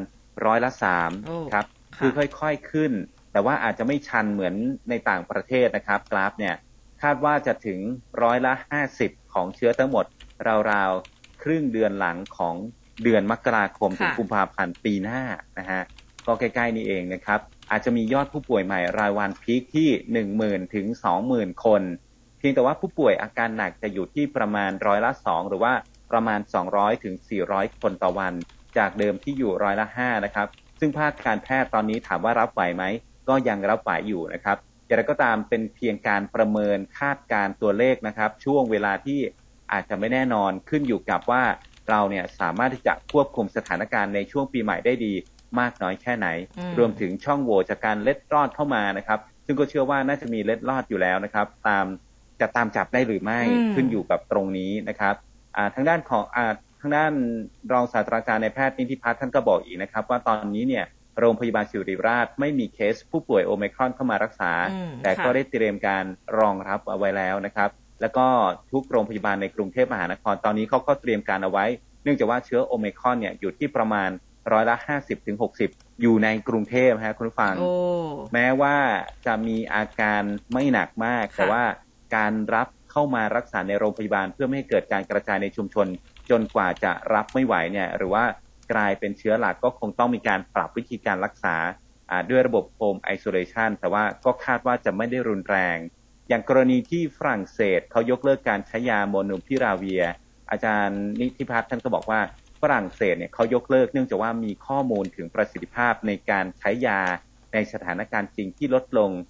3%ครับคือค่อยๆขึ้นแต่ว่าอาจจะไม่ชันเหมือนในต่างประเทศนะครับกราฟเนี่ยคาดว่าจะถึง50%ของเชื้อทั้งหมดราวๆครึ่งเดือนหลังของเดือนมกราคมถึงกุมภาพันธ์ปีหน้านะฮะก็ใกล้ๆนี่เองนะครับอาจจะมียอดผู้ป่วยใหม่รายวันพีคที่ 10,000 ถึง 20,000 คนเพียงแต่ว่าผู้ป่วยอาการหนักจะอยู่ที่ประมาณ2%หรือว่าประมาณ200 ถึง 400 คนต่อวันจากเดิมที่อยู่5%นะครับซึ่งภาคการแพทย์ตอนนี้ถามว่ารับไหวไหมก็ยังรับไหวอยู่นะครับอย่างไรก็ตามเป็นเพียงการประเมินคาดการตัวเลขนะครับช่วงเวลาที่อาจจะไม่แน่นอนขึ้นอยู่กับว่าเราเนี่ยสามารถที่จะควบคุมสถานการณ์ในช่วงปีใหม่ได้ดีมากน้อยแค่ไหนรวมถึงช่องโหว่จากการเล็ดรอดเข้ามานะครับซึ่งก็เชื่อว่าน่าจะมีเล็ดรอดอยู่แล้วนะครับจะตามจับได้หรือไม่ขึ้นอยู่กับตรงนี้นะครับทางด้านของทางด้านรองศาสตราจารย์นายแพทย์นิธิพัฒน์ท่านก็บอกอีกนะครับว่าตอนนี้เนี่ยโรงพยาบาลศิริราชไม่มีเคสผู้ป่วยโอไมครอนเข้ามารักษาแต่ก็ได้เตรียมการรองรับเอาไว้แล้วนะครับแล้วก็ทุกโรงพยาบาลในกรุงเทพมหานครตอนนี้เขาก็เตรียมการเอาไว้เนื่องจากว่าเชื้อโอไมครอนเนี่ยอยู่ที่ประมาณ50-60%อยู่ในกรุงเทพฮะคุณผู้ฟังแม้ว่าจะมีอาการไม่หนักมากแต่ว่าการรับเข้ามารักษาในโรงพยาบาลเพื่อไม่ให้เกิดการกระจายในชุมชนจนกว่าจะรับไม่ไหวเนี่ยหรือว่ากลายเป็นเชื้อหลักก็คงต้องมีการปรับวิธีการรักษาด้วยระบบ Home Isolation แต่ว่าก็คาดว่าจะไม่ได้รุนแรงอย่างกรณีที่ฝรั่งเศสเขายกเลิกการใช้ยาโมนูพิราเวียอาจารย์นิติพัฒน์ท่านก็บอกว่าฝรั่งเศสเนี่ยเขายกเลิกเนื่องจากว่ามีข้อมูลถึงประสิทธิภาพในการใช้ยาในสถานการณ์จริงที่ลดลง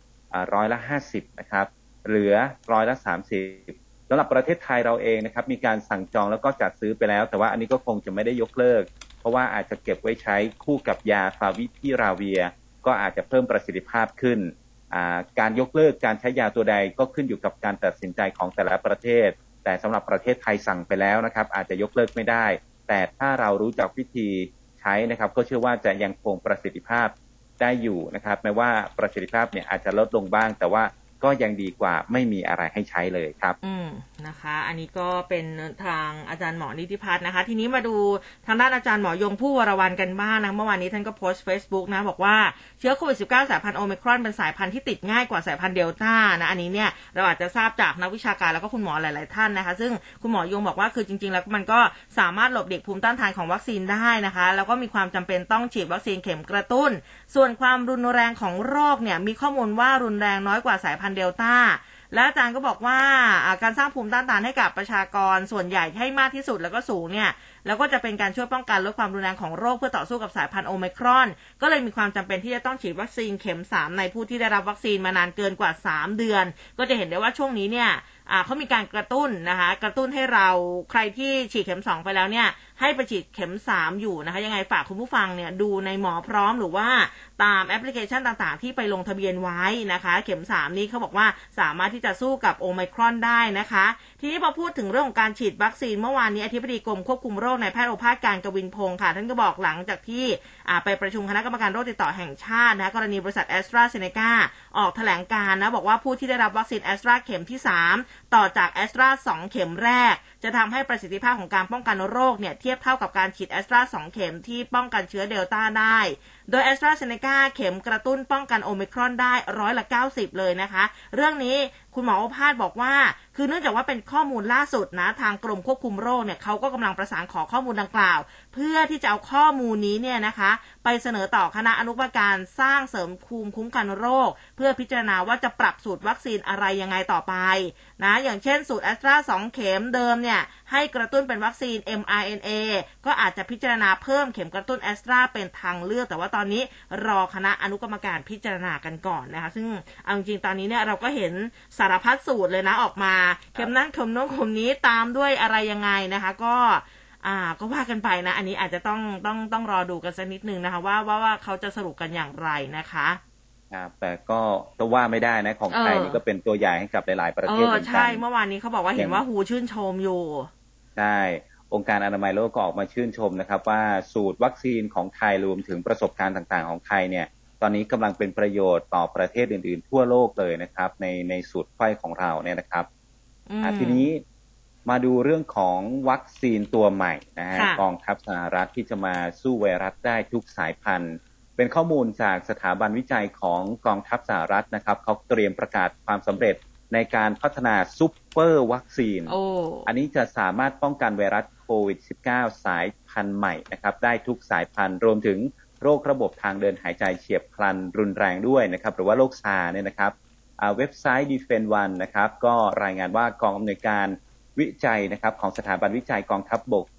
50%นะครับเหลือ30%สำหรับประเทศไทยเราเองนะครับมีการสั่งจองแล้วก็จัดซื้อไปแล้วแต่ว่าอันนี้ก็คงจะไม่ได้ยกเลิกเพราะว่าอาจจะเก็บไว้ใช้คู่กับยาฟาวิพิราเวียก็อาจจะเพิ่มประสิทธิภาพขึ้นการยกเลิกการใช้ยาตัวใดก็ขึ้นอยู่กับการตัดสินใจของแต่ละประเทศแต่สำหรับประเทศไทยสั่งไปแล้วนะครับอาจจะยกเลิกไม่ได้แต่ถ้าเรารู้จักวิธีใช้นะครับก็เชื่อว่าจะยังคงประสิทธิภาพได้อยู่นะครับแม้ว่าประสิทธิภาพเนี่ยอาจจะลดลงบ้างแต่ว่าก็ยังดีกว่าไม่มีอะไรให้ใช้เลยครับนะคะอันนี้ก็เป็นทางอาจารย์หมอนิติพัฒน์นะคะทีนี้มาดูทางด้านอาจารย์หมอยงผู้วรวรรณกันบ้างนะเมื่อวานนี้ท่านก็โพสต์ Facebook นะบอกว่าเชื้อโควิด -19 สายพันธุ์โอไมครอนเป็นสายพันธุ์ที่ติดง่ายกว่าสายพันธุ์เดลต้านะอันนี้เนี่ยเราอาจจะทราบจากนักวิชาการแล้วก็คุณหมอหลายๆท่านนะคะซึ่งคุณหมอยงบอกว่าคือจริงๆแล้วมันก็สามารถหลบเด็กภูมิต้านทานของวัคซีนได้นะคะแล้วก็มีความจำเป็นต้องฉีดวัคซีนเข็มกระตุ้นส่วนความรุนแรงของโรคเนี่ยมีข้อมูลว่ารุนแรงน้อยกว่าสายพันธุ์เดลต้าและอาจารย์ก็บอกว่าการสร้างภูมิต้านทานให้กับประชากรส่วนใหญ่ให้มากที่สุดแล้วก็สูงเนี่ยแล้วก็จะเป็นการช่วยป้องกันลดความรุนแรงของโรคเพื่อต่อสู้กับสายพันธุ์โอไมครอนก็เลยมีความจำเป็นที่จะต้องฉีดวัคซีนเข็ม3ในผู้ที่ได้รับวัคซีนมานานเกินกว่า3เดือนก็จะเห็นได้ว่าช่วงนี้เนี่ยเขามีการกระตุ้นนะคะกระตุ้นให้เราใครที่ฉีดเข็ม2ไปแล้วเนี่ยให้ไปฉีดเข็ม3อยู่นะคะยังไงฝากคุณผู้ฟังเนี่ยดูในหมอพร้อมหรือว่าตามแอปพลิเคชันต่างๆที่ไปลงทะเบียนไว้นะคะเข็ม3นี้เขาบอกว่าสามารถที่จะสู้กับโอไมครอนได้นะคะทีนี้พอพูดถึงเรื่องของการฉีดวัคซีนเมื่อวานนี้อธิบดีกรมควบคุมโรคในแพทย์โอภาสการกวินพงศ์ค่ะท่านก็บอกหลังจากที่ไปประชุมคณะกรรมการโรคติดต่อแห่งชาตินะคะกรณีบริษัทแอสตราเซเนกาออกแถลงการณ์นะบอกว่าผู้ที่ได้รับวัคซีนแอสตราเข็มที่3ต่อจากแอสตรา2เข็มแรกจะทำให้ประสิทธิภาพของการป้องกันโรคเนี่ยเทียบเท่ากับการฉีดแอสตรา2เข็มที่ป้องกันเชื้อเดลต้าได้โดยแอสตราเซเนกาเข็มกระตุ้นป้องกันโอไมครอนได้90%เลยนะคะเรื่องนี้คุณหมอโอภาสบอกว่าคือเนื่องจากว่าเป็นข้อมูลล่าสุดนะทางกรมควบคุมโรคเนี่ยเขาก็กำลังประสานขอข้อมูลดังกล่าวเพื่อที่จะเอาข้อมูลนี้เนี่ยนะคะไปเสนอต่อคณะอนุกรรมการสร้างเสริมภูมิคุ้มกันโรคเพื่อพิจารณาว่าจะปรับสูตรวัคซีนอะไรยังไงต่อไปนะอย่างเช่นสูตรแอสตรา2เข็มเดิมเนี่ยให้กระตุ้นเป็นวัคซีน mRNA ก็อาจจะพิจารณาเพิ่มเข็มกระตุ้นแอสตราเป็นทางเลือกแต่ว่าตอนนี้รอคณะอนุกรรมการพิจารณากันก่อนนะคะซึ่งเอาจริงๆตอนนี้เนี่ยเราก็เห็นสารพัดสูตรเลยนะออกมาเข็มนั้นเข็มโน้นเข็มนี้ตามด้วยอะไรยังไงนะคะก็ว่ากันไปนะอันนี้อาจจะต้องรอดูกันสักนิดนึงนะคะว่าเขาจะสรุปกันอย่างไรนะคะครับแต่ก็ว่าไม่ได้นะของไทยนี่ก็เป็นตัวอย่างให้กับหลายๆประเทศเหมือนกันใช่เมื่อวานนี้เขาบอกว่าเห็นว่าหูชื่นชมอยู่ใช่องค์การอนามัยโลกก็ออกมาชื่นชมนะครับว่าสูตรวัคซีนของไทยรวมถึงประสบการณ์ต่างๆของไทยเนี่ยตอนนี้กำลังเป็นประโยชน์ต่อประเทศอื่นๆทั่วโลกเลยนะครับในสูตรไข้ของเราเนี่ยนะครับทีนี้มาดูเรื่องของวัคซีนตัวใหม่นะฮะกองทัพสหรัฐที่จะมาสู้ไวรัสได้ทุกสายพันธุ์เป็นข้อมูลจากสถาบันวิจัยของกองทัพสหรัฐนะครับเขาเตรียมประกาศความสำเร็จในการพัฒนาซุปเปอร์วัคซีนอันนี้จะสามารถป้องกันไวรัสโควิด -19 สายพันธุ์ใหม่นะครับได้ทุกสายพันธุ์รวมถึงโรคระบบทางเดินหายใจเฉียบพลันรุนแรงด้วยนะครับหรือว่าโรคซาร์เนี่ยนะครับเว็บไซต์ Defense One นะครับก็รายงานว่ากองอำนวยการวิจัยนะครับของสถาบันวิจัยกองทัพบก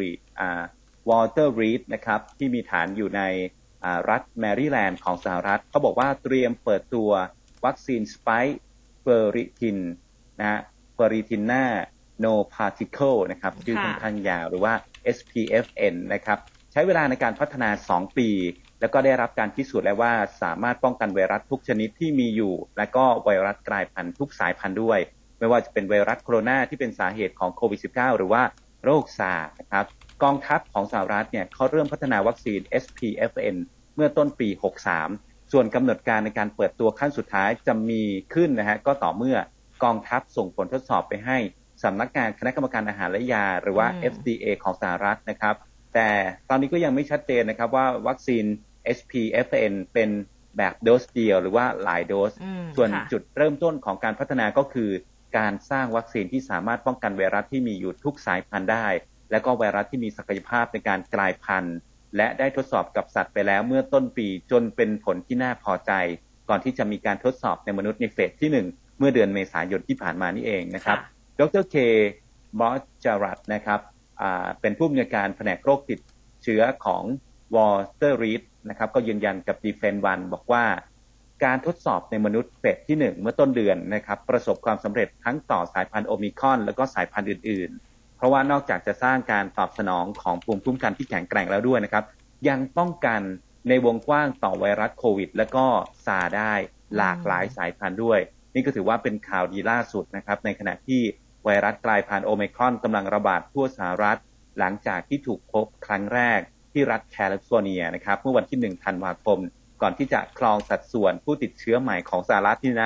Walter Reed นะครับที่มีฐานอยู่ในรัฐแมริแลนด์ของสหรัฐเขาบอกว่าเตรียมเปิดตัววัคซีนสไปค์เฟอริทินนะเฟอริทิน่าโนพาร์ติเคิลนะครับชื่อค่อนข้างยาวหรือว่า SPFN นะครับใช้เวลาในการพัฒนา2ปีแล้วก็ได้รับการพิสูจน์แล้วว่าสามารถป้องกันไวรัสทุกชนิดที่มีอยู่และก็ไวรัสกลายพันธุ์ทุกสายพันธุ์ด้วยไม่ว่าจะเป็นไวรัสโคโรนาที่เป็นสาเหตุของโควิด -19 หรือว่าโรคซาร์นะครับกองทัพของสหรัฐเนี่ยเขาเริ่มพัฒนาวัคซีน SPFN เมื่อต้นปี 63ส่วนกำหนดการในการเปิดตัวขั้นสุดท้ายจะมีขึ้นนะฮะก็ต่อเมื่อกองทัพส่งผลทดสอบไปให้สำนักงานคณะกรรมการอาหารและยาหรือว่า FDA ของสหรัฐนะครับแต่ตอนนี้ก็ยังไม่ชัดเจนนะครับว่าวัคซีน SPFN เป็นแบบโดสเดียวหรือว่าหลายโดสส่วนจุดเริ่มต้นของการพัฒนาก็คือการสร้างวัคซีนที่สามารถป้องกันไวรัสที่มีอยู่ทุกสายพันธุ์ได้และก็ไวรัสที่มีศักยภาพในการกลายพันธุ์และได้ทดสอบกับสัตว์ไปแล้วเมื่อต้นปีจนเป็นผลที่น่าพอใจก่อนที่จะมีการทดสอบในมนุษย์ในเฟสที่1เมื่อเดือนเมษายนที่ผ่านมานี่เองนะครับดร.เคบอสจารัตนะครับเป็นผู้อำนวยการแผนกโรคติดเชื้อของวอลเตอร์รีดนะครับก็ยืนยันกับ Defense One บอกว่าการทดสอบในมนุษย์เฟสที่1เมื่อต้นเดือนนะครับประสบความสำเร็จทั้งต่อสายพันธุ์โอมิครอนแล้วก็สายพันธุ์อื่นๆเพราะว่านอกจากจะสร้างการตอบสนองของภูมิคุ้มกันที่แข็งแกร่งแล้วด้วยนะครับยังป้องกันในวงกว้างต่อไวรัสโควิดและก็ซาร์ได้หลากหลายสายพันธุ์ด้วยนี่ก็ถือว่าเป็นข่าวดีล่าสุดนะครับในขณะที่ไวรัสกลายพันธุ์โอมิครอนกำลังระบาดทั่วสหรัฐหลังจากที่ถูกพบครั้งแรกที่รัฐแคลิฟอร์เนียนะครับเมื่อวันที่1ธันวาคมก่อนที่จะครองสัดส่วนผู้ติดเชื้อใหม่ของสหรัฐนี่นะ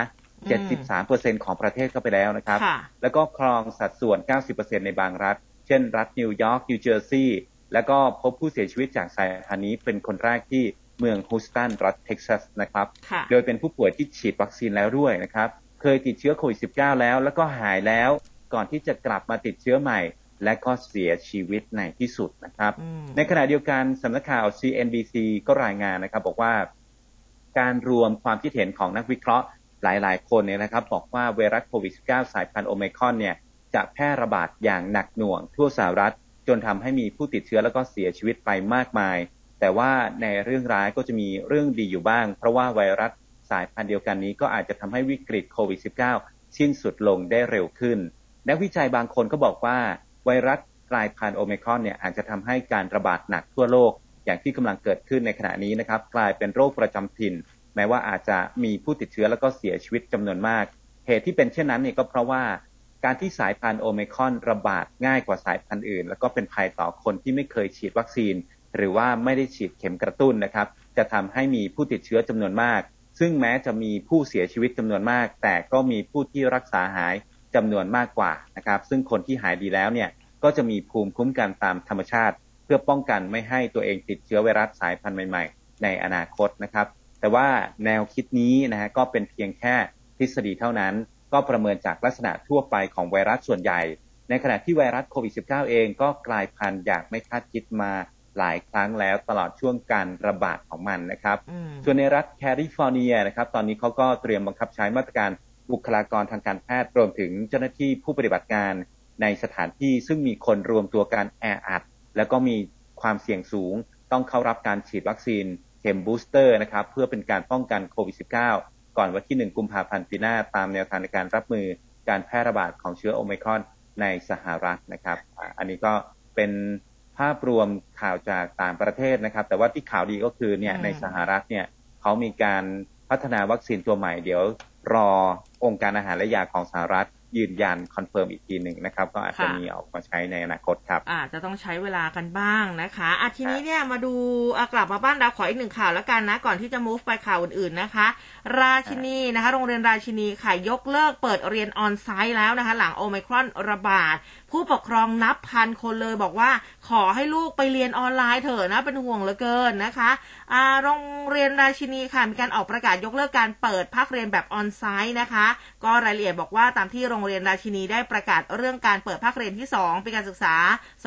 73% ของประเทศเข้าไปแล้วนะครับแล้วก็ครองสัดส่วน 90% ในบางรัฐเช่นรัฐนิวยอร์กนิวเจอร์ซีย์แล้วก็พบผู้เสียชีวิตจากสายพันธุ์นี้เป็นคนแรกที่เมืองฮูสตันรัฐเท็กซัสนะครับโดยเป็นผู้ป่วยที่ฉีดวัคซีนแล้วด้วยนะครับเคยติดเชื้อโควิด -19 แล้วก็หายแล้วก่อนที่จะกลับมาติดเชื้อใหม่และก็เสียชีวิตในที่สุดนะครับในขณะเดียวกันสำนักข่าว CNBC ก็รายงานนะครับบอกว่าการรวมความคิดเห็นของนักวิเคราะห์หลายๆคนเนี่ยนะครับบอกว่าไวรัสโควิด -19 สายพันธุ์โอไมครอนเนี่ยจะแพร่ระบาดอย่างหนักหน่วงทั่วสหรัฐจนทำให้มีผู้ติดเชื้อแล้วก็เสียชีวิตไปมากมายแต่ว่าในเรื่องร้ายก็จะมีเรื่องดีอยู่บ้างเพราะว่าไวรัสสายพันธุ์เดียวกันนี้ก็อาจจะทำให้วิกฤตโควิด -19 สิ้นสุดลงได้เร็วขึ้นนักวิจัยบางคนก็บอกว่าไวรัสกลายพันธุ์โอไมครอนเนี่ยอาจจะทำให้การระบาดหนักทั่วโลกอย่างที่กำลังเกิดขึ้นในขณะนี้นะครับกลายเป็นโรคประจำถิ่นแม้ว่าอาจจะมีผู้ติดเชื้อแล้วก็เสียชีวิตจำนวนมากเหตุที่เป็นเช่นนั้นเนี่ยก็เพราะว่าการที่สายพันธุ์โอไมครอนระบาดง่ายกว่าสายพันธุ์อื่นแล้วก็เป็นภัยต่อคนที่ไม่เคยฉีดวัคซีนหรือว่าไม่ได้ฉีดเข็มกระตุ้นนะครับจะทำให้มีผู้ติดเชื้อจำนวนมากซึ่งแม้จะมีผู้เสียชีวิตจำนวนมากแต่ก็มีผู้ที่รักษาหายจำนวนมากกว่านะครับซึ่งคนที่หายดีแล้วเนี่ยก็จะมีภูมิคุ้มกันตามธรรมชาติเพื่อป้องกันไม่ให้ตัวเองติดเชื้อไวรัสสายพันธุ์ใหม่ๆในอนาคตนะครับแต่ว่าแนวคิดนี้นะฮะก็เป็นเพียงแค่ทฤษฎีเท่านั้นก็ประเมินจากลักษณะทั่วไปของไวรัสส่วนใหญ่ในขณะที่ไวรัสโควิด -19 เองก็กลายพันธุ์อย่างไม่คาดคิดมาหลายครั้งแล้วตลอดช่วงการระบาดของมันนะครับส่วนในรัฐแคลิฟอร์เนียนะครับตอนนี้เขาก็เตรียมบังคับใช้มาตรการบุคลากรทางการแพทย์รวมถึงเจ้าหน้าที่ผู้ปฏิบัติงานในสถานที่ซึ่งมีคนรวมตัวกันแออัดแล้วก็มีความเสี่ยงสูงต้องเข้ารับการฉีดวัคซีนเข็มบูสเตอร์นะครับเพื่อเป็นการป้องกันโควิด -19 ก่อนวันที่1กุมภาพันธ์ปีหน้าตามแนวทางในการรับมือการแพร่ระบาดของเชื้อโอไมครอนในสหรัฐนะครับอันนี้ก็เป็นภาพรวมข่าวจากต่างประเทศนะครับแต่ว่าที่ข่าวดีก็คือเนี่ยในสหรัฐเนี่ยเขามีการพัฒนาวัคซีนตัวใหม่เดี๋ยวรอองค์การอาหารและยาของสหรัฐยืนยันคอนเฟิร์มอีกทีหนึ่งนะครับก็อาจจะมีออกมาใช้ในอนาคตครับอาจจะต้องใช้เวลากันบ้างนะคะทีนี้เนี่ยมาดูกลับมาบ้านเราขออีกหนึ่งข่าวแล้วกันนะก่อนที่จะ move ไปข่าวอื่นๆนะคะราชินีนะคะโรงเรียนราชินีค่ะยกเลิกเปิดเรียนออนไซต์แล้วนะคะหลังโอไมครอนระบาดผู้ปกครองนับพันคนเลยบอกว่าขอให้ลูกไปเรียนออนไลน์เถอะนะเป็นห่วงเหลือเกินนะคะโรงเรียนราชินีค่ะมีการออกประกาศยกเลิกการเปิดภาคเรียนแบบออนไซต์นะคะก็รายละเอียดบอกว่าตามที่โรงเรียนราชินีได้ประกาศเรื่องการเปิดภาคเรียนที่2ปีการศึกษา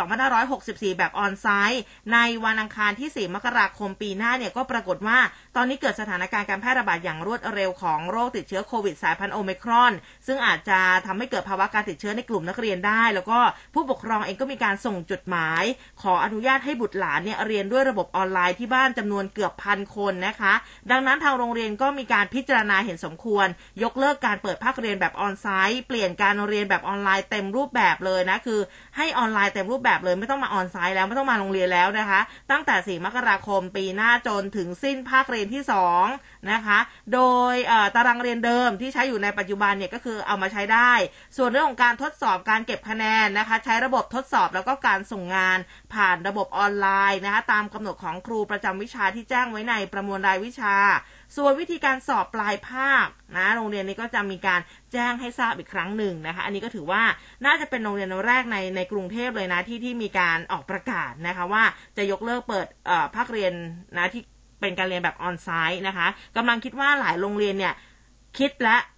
2564แบบออนไซต์ในวันอังคารที่4มกราคมปีหน้าเนี่ยก็ปรากฏว่าตอนนี้เกิดสถานการณ์การแพร่ระบาดอย่างรวดเร็วของโรคติดเชื้อโควิดสายพันธุ์โอไมครอนซึ่งอาจจะทำให้เกิดภาวะการติดเชื้อในกลุ่มนักเรียนได้แล้วก็ผู้ปกครองเองก็มีการส่งจดหมายขออนุญาตให้บุตรหลานเนี่ยเรียนด้วยระบบออนไลน์ที่บ้านจำนวนเกือบพันคนนะคะดังนั้นทางโรงเรียนก็มีการพิจารณาเห็นสมควรยกเลิกการเปิดภาคเรียนแบบออนไซต์เปลี่ยนการเรียนแบบออนไลน์เต็มรูปแบบเลยนะคือให้ออนไลน์เต็มรูปแบบเลยไม่ต้องมาออนไซต์แล้วไม่ต้องมาโรงเรียนแล้วนะคะตั้งแต่4มกราคมปีหน้าจนถึงสิ้นภาคเรียนที่2นะคะโดยตารางเรียนเดิมที่ใช้อยู่ในปัจจุบันเนี่ยก็คือเอามาใช้ได้ส่วนเรื่องของการทดสอบการเก็บคะแนนนะคะใช้ระบบทดสอบแล้วก็การส่งงานผ่านระบบออนไลน์นะคะตามกำหนดของครูประจำวิชาที่แจ้งไว้ในประมวลรายวิชาส่วนวิธีการสอบปลายภาคนะโรงเรียนนี้ก็จะมีการแจ้งให้ทราบอีกครั้งหนึ่งนะคะอันนี้ก็ถือว่าน่าจะเป็นโรงเรียนแรกในกรุงเทพเลยนะที่มีการออกประกาศนะคะว่าจะยกเลิกเปิดภาคเรียนนะที่เป็นการเรียนแบบออนไซต์นะคะกำลังคิดว่าหลายโรงเรียนเนี่ยคิดและ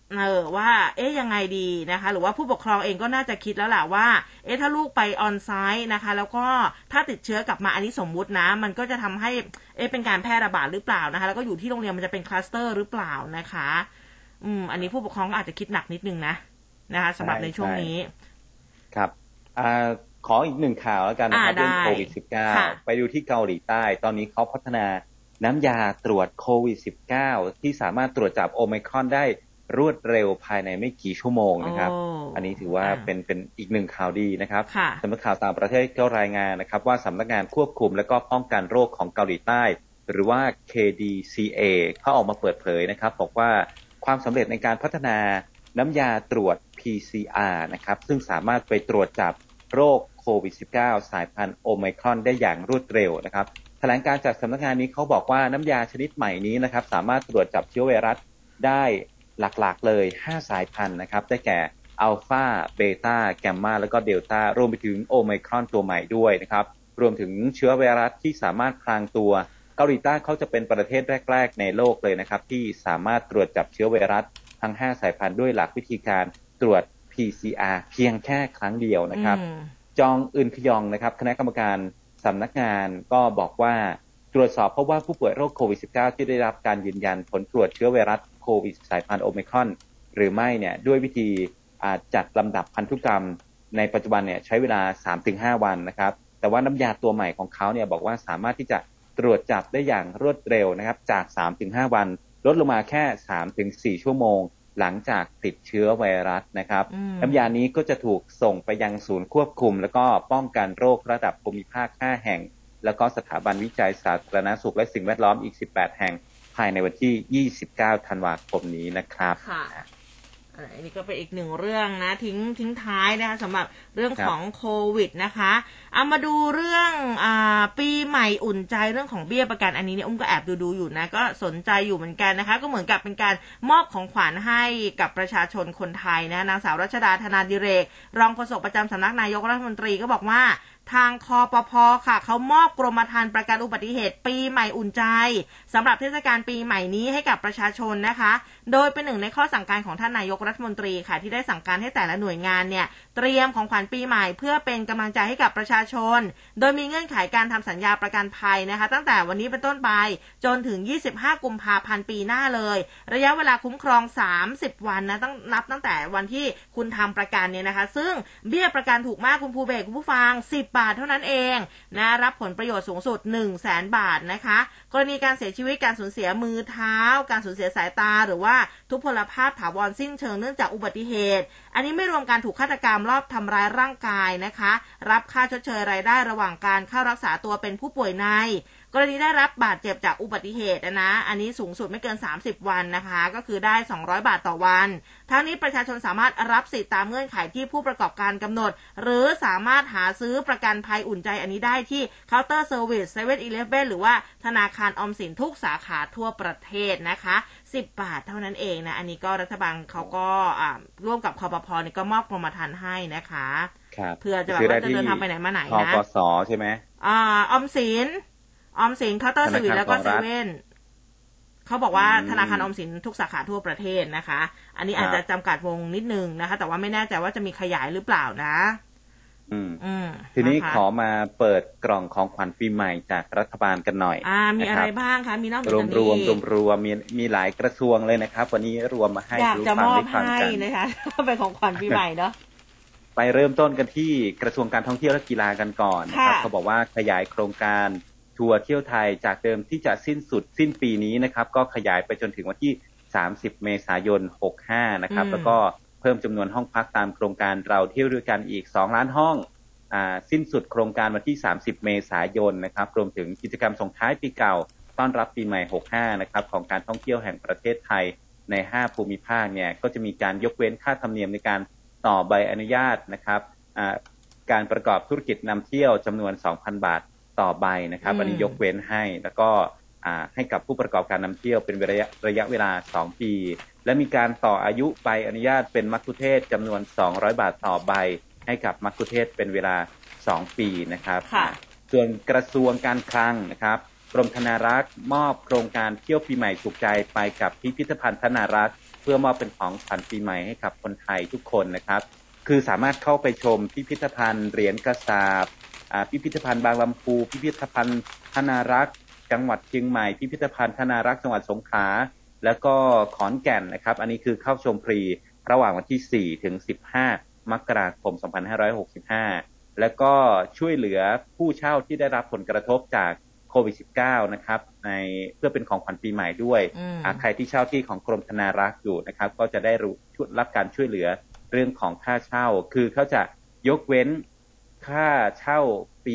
ว่ายังไงดีนะคะหรือว่าผู้ปกครองเองก็น่าจะคิดแล้วแหละว่าถ้าลูกไปออนไซต์นะคะแล้วก็ถ้าติดเชื้อกลับมาอันนี้สมมุตินะมันก็จะทำให้เป็นการแพร่ระบาดหรือเปล่านะคะแล้วก็อยู่ที่โรงเรียนมันจะเป็นคลัสเตอร์หรือเปล่านะคะอันนี้ผู้ปกครองอาจจะคิดหนักนิดนึงนะคะสำหรับในช่วงนี้ครับขออีกหนึ่งข่าวแล้วกันนะครับเรื่องโควิด -19 ไปดูที่เกาหลีใต้ตอนนี้เขาพัฒนาน้ำยาตรวจโควิด -19 ที่สามารถตรวจจับโอไมครอนได้รวดเร็วภายในไม่กี่ชั่วโมงนะครับอันนี้ถือว่าเป็นอีกหนึ่งข่าวดีนะครับสำนักข่าวต่างประเทศก็รายงานนะครับว่าสำนักงานควบคุมและก็ป้องกันโรคของเกาหลีใต้หรือว่า KDCA เขาออกมาเปิดเผยนะครับบอกว่าความสำเร็จในการพัฒนาน้ำยาตรวจ PCR นะครับซึ่งสามารถไปตรวจจับโรคโควิด -19 สายพันธุ์โอไมครอนได้อย่างรวดเร็วนะครับแถลงการจากสำนักงานนี้เขาบอกว่าน้ำยาชนิดใหม่นี้นะครับสามารถตรวจจับเชื้อไวรัสได้หลักๆเลย5สายพันธุ์นะครับได้แก่อัลฟาเบต้าแกมมาแล้วก็เดลต้ารวมไปถึงโอไมครอนตัวใหม่ด้วยนะครับรวมถึงเชื้อไวรัสที่สามารถพรางตัวเกาหลีใต้เขาจะเป็นประเทศแรกๆในโลกเลยนะครับที่สามารถตรวจจับเชื้อไวรัสทั้ง5สายพันธุ์ด้วยหลักวิธีการตรวจ PCR เพียงแค่ครั้งเดียวนะครับจองอึนขยองนะครับคณะกรรมการสำนักงานก็บอกว่าตรวจสอบเพราะว่าผู้ป่วยโรคโควิด -19 ที่ได้รับการยืนยันผลตรวจเชื้อไวรัสโควิดสายพันธุ์โอไมครอนหรือไม่เนี่ยด้วยวิธีจัดลำดับพันธุกรรมในปัจจุบันเนี่ยใช้เวลา 3-5 วันนะครับแต่ว่าน้ำยาตัวใหม่ของเขาเนี่ยบอกว่าสามารถที่จะตรวจจับได้อย่างรวดเร็วนะครับจาก 3-5 วันลดลงมาแค่ 3-4 ชั่วโมงหลังจากติดเชื้อไวรัสนะครับน้ำยานี้ก็จะถูกส่งไปยังศูนย์ควบคุมแล้วก็ป้องกันโรคระดับภูมิภาค5แห่งแล้วก็สถาบันวิจัยสาธารณสุขและสิ่งแวดล้อมอีก18แห่งภายในวันที่29ธันวาคมนี้นะครับอันนี้ก็เป็นอีกหนึ่งเรื่องนะทิ้งท้ายนะคะสำหรับเรื่องของโควิดนะคะเอามาดูเรื่องปีใหม่อุ่นใจเรื่องของเบี้ยประกันอันนี้เนี่ยอุ้มก็แอบดูอยู่นะก็สนใจอยู่เหมือนกันนะคะก็เหมือนกับเป็นการมอบของขวัญให้กับประชาชนคนไทยนะนางสาวรัชดาธนาดิเรกรองโฆษกประจำสำนักนายกรัฐมนตรีก็บอกว่าทางคปภ.ค่ะเขามอบกรมธรรม์ประกันอุบัติเหตุปีใหม่อุ่นใจสำหรับเทศกาลปีใหม่นี้ให้กับประชาชนนะคะโดยเป็นหนึ่งในข้อสั่งการของท่านนายกรัฐมนตรีค่ะที่ได้สั่งการให้แต่ละหน่วยงานเนี่ยเตรียมของขวัญปีใหม่เพื่อเป็นกำลังใจให้กับประชาชนโดยมีเงื่อนไขการทำสัญญาประกันภัยนะคะตั้งแต่วันนี้เป็นต้นไปจนถึง25กุมภาพันธ์ปีหน้าเลยระยะเวลาคุ้มครอง30วันนะตั้งแต่วันที่คุณทำประกันเนี่ยนะคะซึ่งเบี้ยประกันถูกมากคุณภูเบศคุณผู้ฟัง10 บาทเท่านั้นเองนะรับผลประโยชน์สูงสุด 100,000 บาทนะคะกรณีการเสียชีวิตการสูญเสียมือเท้าการสูญเสียสายตาหรือว่าทุพพลภาพถาวรสิ้นเชิงเนื่องจากอุบัติเหตุอันนี้ไม่รวมการถูกฆาตกรรมรอบทำร้ายร่างกายนะคะรับค่าชดเชยรายได้ระหว่างการเข้ารักษาตัวเป็นผู้ป่วยในกรณีได้รับบาดเจ็บจากอุบัติเหตุนะอันนี้สูงสุดไม่เกิน30วันนะคะก็คือได้200 บาทต่อวันทั้งนี้ประชาชนสามารถรับสิทธิตามเงื่อนไขที่ผู้ประกอบการกำหนดหรือสามารถหาซื้อประกันภัยอุ่นใจอันนี้ได้ที่เคาน์เตอร์เซอร์วิส 7-Eleven หรือว่าธนาคารออมสินทุกสาขาทั่วประเทศนะคะ10 บาทเท่านั้นเองนะอันนี้ก็รัฐบาลเขาก็ร่วมกับคปภ.นี่ก็มอบกรมธรรม์ให้นะคะเพื่อจะแบบว่าจะเดินทางไปไหนมาไหนนะธกส.ใช่ไหมออมสินเคาน์เตอร์เซอร์วิสแล้วก็เซเว่นเขาบอกว่าธนาคารออมสินทุกสาขาทั่วประเทศนะคะอันนี้อาจจะจำกัดวงนิดนึงนะคะแต่ว่าไม่แน่ใจว่าจะมีขยายหรือเปล่านะทีนี้ขอมาเปิดกล่องของขวัญปีใหม่จากรัฐบาลกันหน่อยมีอะไรบ้างคะมีนอกจากนี้รวมมีหลายกระทรวงเลยนะครับวันนี้รวมมาให้รู้ฟังกันนะคะเป็นของขวัญปีใหม่เนาะไปเริ่มต้นกันที่กระทรวงการท่องเที่ยวและกีฬากันก่อนนะครับเขาบอกว่าขยายโครงการทัวร์เที่ยวไทยจากเดิมที่จะสิ้นปีนี้นะครับก็ขยายไปจนถึงวันที่30เมษายน65นะครับแล้วก็เพิ่มจำนวนห้องพักตามโครงการเราเที่ยวด้วยกันอีก2ล้านห้องสิ้นสุดโครงการวันที่30เมษายนนะครับรวมถึงกิจกรรมส่งท้ายปีเก่าต้อนรับปีใหม่65นะครับของการท่องเที่ยวแห่งประเทศไทยใน5ภูมิภาคเนี่ยก็จะมีการยกเว้นค่าธรรมเนียมในการต่อใบอนุญาตนะครับการประกอบธุรกิจนำเที่ยวจำนวน 2,000 บาทต่อใบนะครับอันนี้ยกเว้นให้แล้วก็ให้กับผู้ประกอบการนำเที่ยวเป็นระยะเวลา2ปีและมีการต่ออายุใบอนุญาตเป็นมัคคุเทศก์จำนวน200บาทต่อใบให้กับมัคคุเทศก์เป็นเวลา2ปีนะครับส่วนกระทรวงการคลังนะครับกรมธนารักษ์มอบโครงการเที่ยวปีใหม่สุขใจไปกับพิพิธภัณฑ์ธนารักษ์พื่อมอบเป็นของขวัญปีใหม่ให้กับคนไทยทุกคนนะครับคือสามารถเข้าไปชมพิพิธภัณฑ์เหรียญกระสาบพิพิธภัณฑ์บางลำพูพิพิธภัณฑ์ธนารักษ์จังหวัดเชียงใหม่พิพิธภัณฑ์ธนารักษ์จังหวัดสงขลาแล้วก็ขอนแก่นนะครับอันนี้คือเข้าชมฟรีระหว่างวันที่4ถึง15มกราคม2565แล้วก็ช่วยเหลือผู้เช่าที่ได้รับผลกระทบจากโควิด -19 นะครับในเพื่อเป็นของขวัญปีใหม่ด้วยใครที่เช่าที่ของกรมธนารักษ์อยู่นะครับก็จะได้รับการช่วยเหลือเรื่องของค่าเช่าคือเขาจะยกเว้นค่าเช่าปี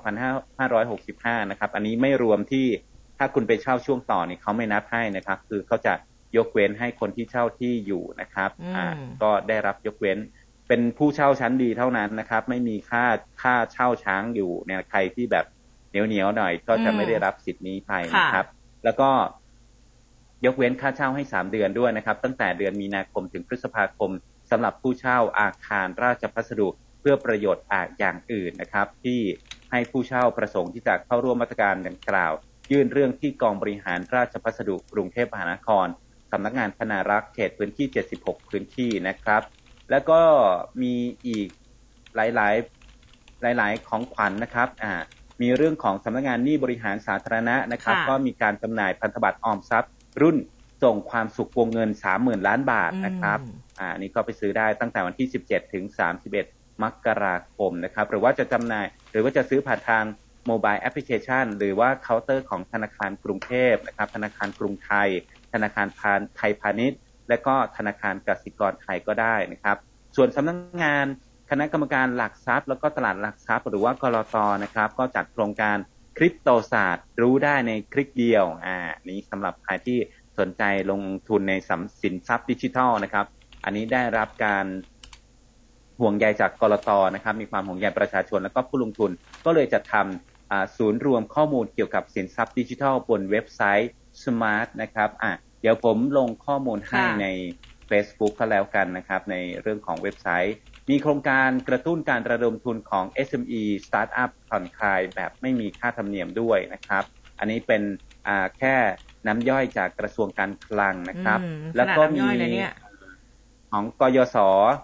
2565นะครับอันนี้ไม่รวมที่ถ้าคุณไปเช่าช่วงต่อนี่เขาไม่นับให้นะครับคือเขาจะยกเว้นให้คนที่เช่าที่อยู่นะครับก็ได้รับยกเว้นเป็นผู้เช่าชั้นดีเท่านั้นนะครับไม่มีค่าเช่าช้างอยู่เนี่ยใครที่แบบเหนียวหน่อยก็จะไม่ได้รับสิทธิ์นี้ไปนะครับแล้วก็ยกเว้นค่าเช่าให้3เดือนด้วยนะครับตั้งแต่เดือนมีนาคมถึงพฤษภาคมสำหรับผู้เช่าอาคารราชพัสดุเพื่อประโยชน์อย่างอื่นนะครับที่ให้ผู้เช่าประสงค์ที่จะเข้าร่วมมาตรการดังกล่าวยื่นเรื่องที่กองบริหารราชพัสดุกรุงเทพมหานครสำนักงานธนารักษ์เขตพื้นที่76พื้นที่นะครับแล้วก็มีอีกหลายของขวัญ นะครับมีเรื่องของสำนักงานหนี้บริหารสาธารณะนะครับก็มีการจำหน่ายพันธบัตรออมทรัพย์รุ่นส่งความสุขวงเงิน 30,000 ล้านบาทนะครับนี่ก็ไปซื้อได้ตั้งแต่วันที่17ถึง31มกราคมนะครับหรือว่าจะจำหน่ายหรือว่าจะซื้อผ่านทางโมบายแอปพลิเคชันหรือว่าเคาน์เตอร์ของธนาคารกรุงเทพนะครับธนาคารกรุงไทยธนาคารไทยพาณิชย์และก็ธนาคารกสิกรไทยก็ได้นะครับส่วนสำนักงานคณะกรรมการหลักทรัพย์แล้วก็ตลาดหลักทรัพย์หรือว่ากลต.นะครับก็จัดโครงการคริปโตศาสตร์รู้ได้ในคลิกเดียวนี้สำหรับใครที่สนใจลงทุนในสินทรัพย์ดิจิทัลนะครับอันนี้ได้รับการห่วงใยจากกลต.นะครับมีความห่วงใยประชาชนแล้วก็ผู้ลงทุนก็เลยจะทำศูนย์รวมข้อมูลเกี่ยวกับสินทรัพย์ดิจิทัลบนเว็บไซต์ Smart นะครับเดี๋ยวผมลงข้อมูลให้ใน Facebook ก็แล้วกันนะครับในเรื่องของเว็บไซต์มีโครงการกระตุ้นการระดมทุนของ SME Startup ผ่อนคลายแบบไม่มีค่าธรรมเนียมด้วยนะครับอันนี้เป็นแค่น้ำย่อยจากกระทรวงการคลังนะครับแล้วก็มีของกยศ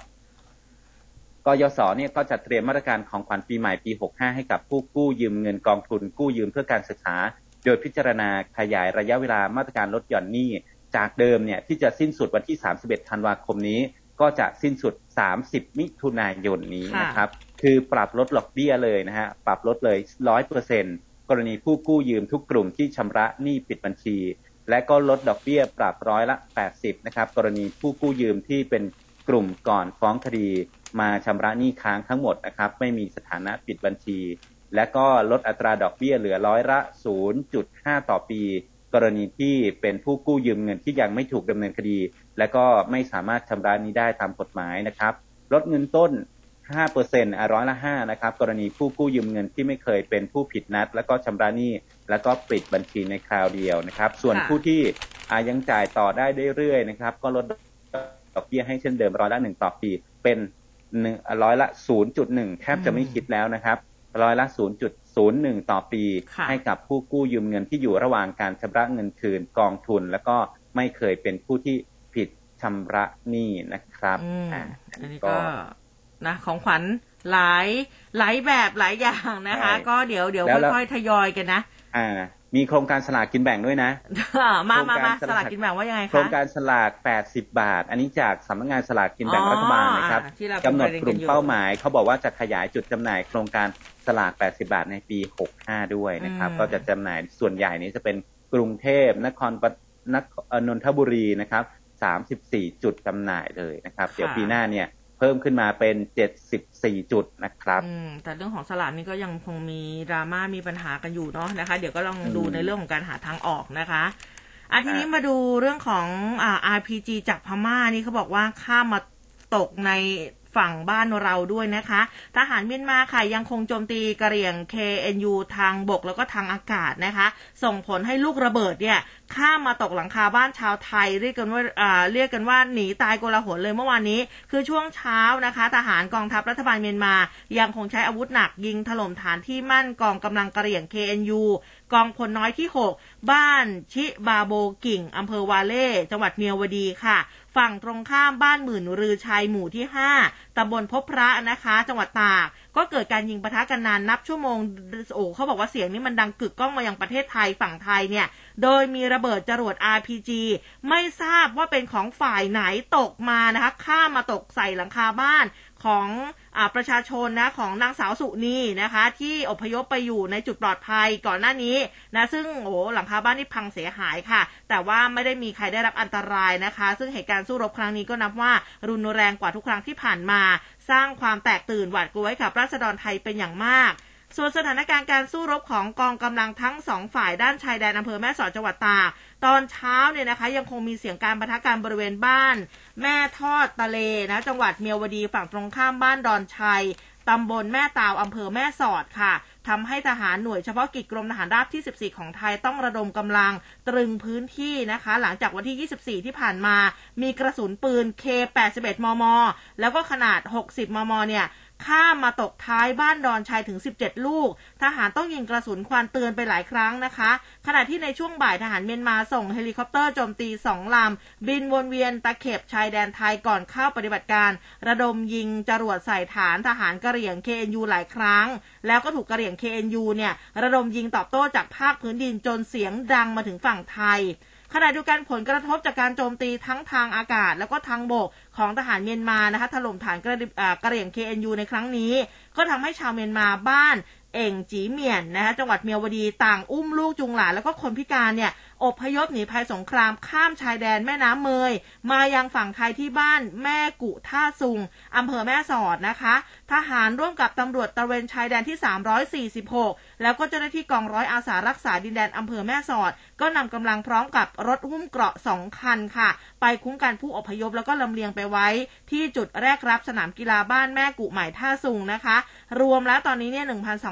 เนี่ยก็จัดเตรียมมาตรการของขวัญปีใหม่ปี65ให้กับผู้กู้ยืมเงินกองทุนกู้ยืมเพื่อการศึกษาโดยพิจารณาขยายระยะเวลามาตรการลดหย่อนหนี้จากเดิมเนี่ยที่จะสิ้นสุดวันที่31ธันวาคมนี้ก็จะสิ้นสุด30มิถุนายนนี้นะครับคือปรับลดดอกเบี้ยเลยนะฮะปรับลดเลย 100% กรณีผู้กู้ยืมทุกกลุ่มที่ชำระหนี้ปิดบัญชีและก็ลดดอกเบี้ยปรับ80%นะครับกรณีผู้กู้ยืมที่เป็นกลุ่มก่อนฟ้องคดีมาชำระหนี้ค้างทั้งหมดนะครับไม่มีสถานะปิดบัญชีและก็ลดอัตราดอกเบี้ยเหลือ0.5%ต่อปีกรณีที่เป็นผู้กู้ยืมเงินที่ยังไม่ถูกดำเนินคดีและก็ไม่สามารถชำระนี้ได้ตามกฎหมายนะครับลดเงินต้น 5% 5%นะครับกรณีผู้กู้ยืมเงินที่ไม่เคยเป็นผู้ผิดนัดแล้วก็ชำระหนี้แล้วก็ปิดบัญชีในคราวเดียวนะครับส่วนผู้ที่ยังจ่ายต่อได้เรื่อยๆนะครับก็ลดดอกเบี้ยให้เช่นเดิม1%ต่อปีเป็น0.1% แทบจะไม่คิดแล้วนะครับ0.01% ต่อปีให้กับผู้กู้ยืมเงินที่อยู่ระหว่างการชำระเงินคืนกองทุนแล้วก็ไม่เคยเป็นผู้ที่ผิดชำระหนี้นะครับอันนี้ก็นะของขวัญหลายแบบหลายอย่างนะคะก็เดี๋ยวค่อยๆทยอยกันนะมีโครงการสลากกินแบ่งด้วยนะมาสลากกินแบ่งว่ายังไงคะโครงการสลาก80 บาทอันนี้จากสำนักงานสลากกินแบ่งรัฐบาลนะครับกำหนดกลุ่มเป้าหมายเขาบอกว่าจะขยายจุดจำหน่ายโครงการสลาก80 บาทในปี65ด้วยนะครับก็จะจำหน่ายส่วนใหญ่นี้จะเป็นกรุงเทพนนทบุรีนะครับ34จุดจำหน่ายเลยนะครับเดี๋ยวปีหน้าเนี่ยเพิ่มขึ้นมาเป็น74จุดนะครับแต่เรื่องของสลากนี่ก็ยังคงมีดราม่ามีปัญหากันอยู่เนาะนะคะเดี๋ยวก็ลองดูในเรื่องของการหาทางออกนะคะทีนี้มาดูเรื่องของRPG จากพม่านี่เขาบอกว่าข้ามมาตกในฝั่งบ้านเราด้วยนะคะทหารเมียนมาค่ะยังคงโจมตีกะเหรี่ยง KNU ทางบกแล้วก็ทางอากาศนะคะส่งผลให้ลูกระเบิดเนี่ยข้ามมาตกหลังคาบ้านชาวไทยเรียกกันว่าหนีตายโกลาหลเลยเมื่อวานนี้คือช่วงเช้านะคะทหารกองทัพรัฐบาลเมียนมายังคงใช้อาวุธหนักยิงถล่มฐานที่มั่นกองกำลังกะเหรี่ยง KNU กองพลน้อยที่6บ้านชิบาโบกิ่งอำเภอวาเล่จังหวัดเมียวดีค่ะฝั่งตรงข้ามบ้านหมื่นรือชัยหมู่ที่5ตำบลพบพระนะคะจังหวัดตากก็เกิดการยิงปะทะกันนานนับชั่วโมงเขาบอกว่าเสียงนี้มันดังกึกก้องมายังประเทศไทยฝั่งไทยเนี่ยโดยมีระเบิดจรวด RPG ไม่ทราบว่าเป็นของฝ่ายไหนตกมานะคะข้ามมาตกใส่หลังคาบ้านของประชาชนนะของนางสาวสุนีนะคะที่อพยพไปอยู่ในจุดปลอดภัยก่อนหน้านี้นะซึ่งหลังคาบ้านนี่พังเสียหายค่ะแต่ว่าไม่ได้มีใครได้รับอันตรายนะคะซึ่งเหตุการณ์สู้รบครั้งนี้ก็นับว่ารุนแรงกว่าทุกครั้งที่ผ่านมาสร้างความแตกตื่นหวาดกลัวให้กับราษฎรไทยเป็นอย่างมากส่วนสถานการณ์การสู้รบของกองกำลังทั้งสองฝ่ายด้านชายแดนอำเภอแม่สอดจังหวัดตากตอนเช้าเนี่ยนะคะยังคงมีเสียงการปะทะกันบริเวณบ้านแม่ทอดตะเลนะจังหวัดเมียวดีฝั่งตรงข้ามบ้านดอนชัยตำบลแม่ตาวอำเภอแม่สอดค่ะทำให้ทหารหน่วยเฉพาะกิจกรมทหารราบที่14ของไทยต้องระดมกำลังตรึงพื้นที่นะคะหลังจากวันที่24ที่ผ่านมามีกระสุนปืน K81 มมแล้วก็ขนาด60มมเนี่ยข้ามมาตกท้ายบ้านดอนชัยถึง17ลูกทหารต้องยิงกระสุนควันเตือนไปหลายครั้งนะคะขณะที่ในช่วงบ่ายทหารเมียนมาส่งเฮลิคอปเตอร์โจมตี2ลำบินวนเวียนตะเข็บชายแดนไทยก่อนเข้าปฏิบัติการระดมยิงจรวดใส่ฐานทหารกะเหรี่ยง KNU หลายครั้งแล้วก็ถูกกะเหรี่ยง KNU เนี่ยระดมยิงตอบโต้จากภาคพื้นดินจนเสียงดังมาถึงฝั่งไทยขณะเดียวกันผลกระทบจากการโจมตีทั้งทางอากาศแล้วก็ทางบกของทหารเมียนมานะคะถล่มฐานกะเหรี่ยง KNU ในครั้งนี้ก็ทำให้ชาวเมียนมาบ้านเอ่งจีเมียนนะคะจังหวัดเมียวดีต่างอุ้มลูกจูงหลานแล้วก็คนพิการเนี่ยอพยพหนีภัยสงครามข้ามชายแดนแม่น้ำเมยมายังฝั่งไทยที่บ้านแม่กุท่าซุงอำเภอแม่สอดนะคะทหารร่วมกับตำรวจตระเวนชายแดนที่346แล้วก็เจ้าหน้าที่กองร้อยอาสารักษาดินแดนอำเภอแม่สอดก็นำกำลังพร้อมกับรถหุ้มเกราะ2คันค่ะไปคุ้มกันผู้อพยพแล้วก็ลำเลียงไปไว้ที่จุดแรกรับสนามกีฬาบ้านแม่กุใหม่ท่าซุงนะคะรวมแล้วตอนนี้เนี่ย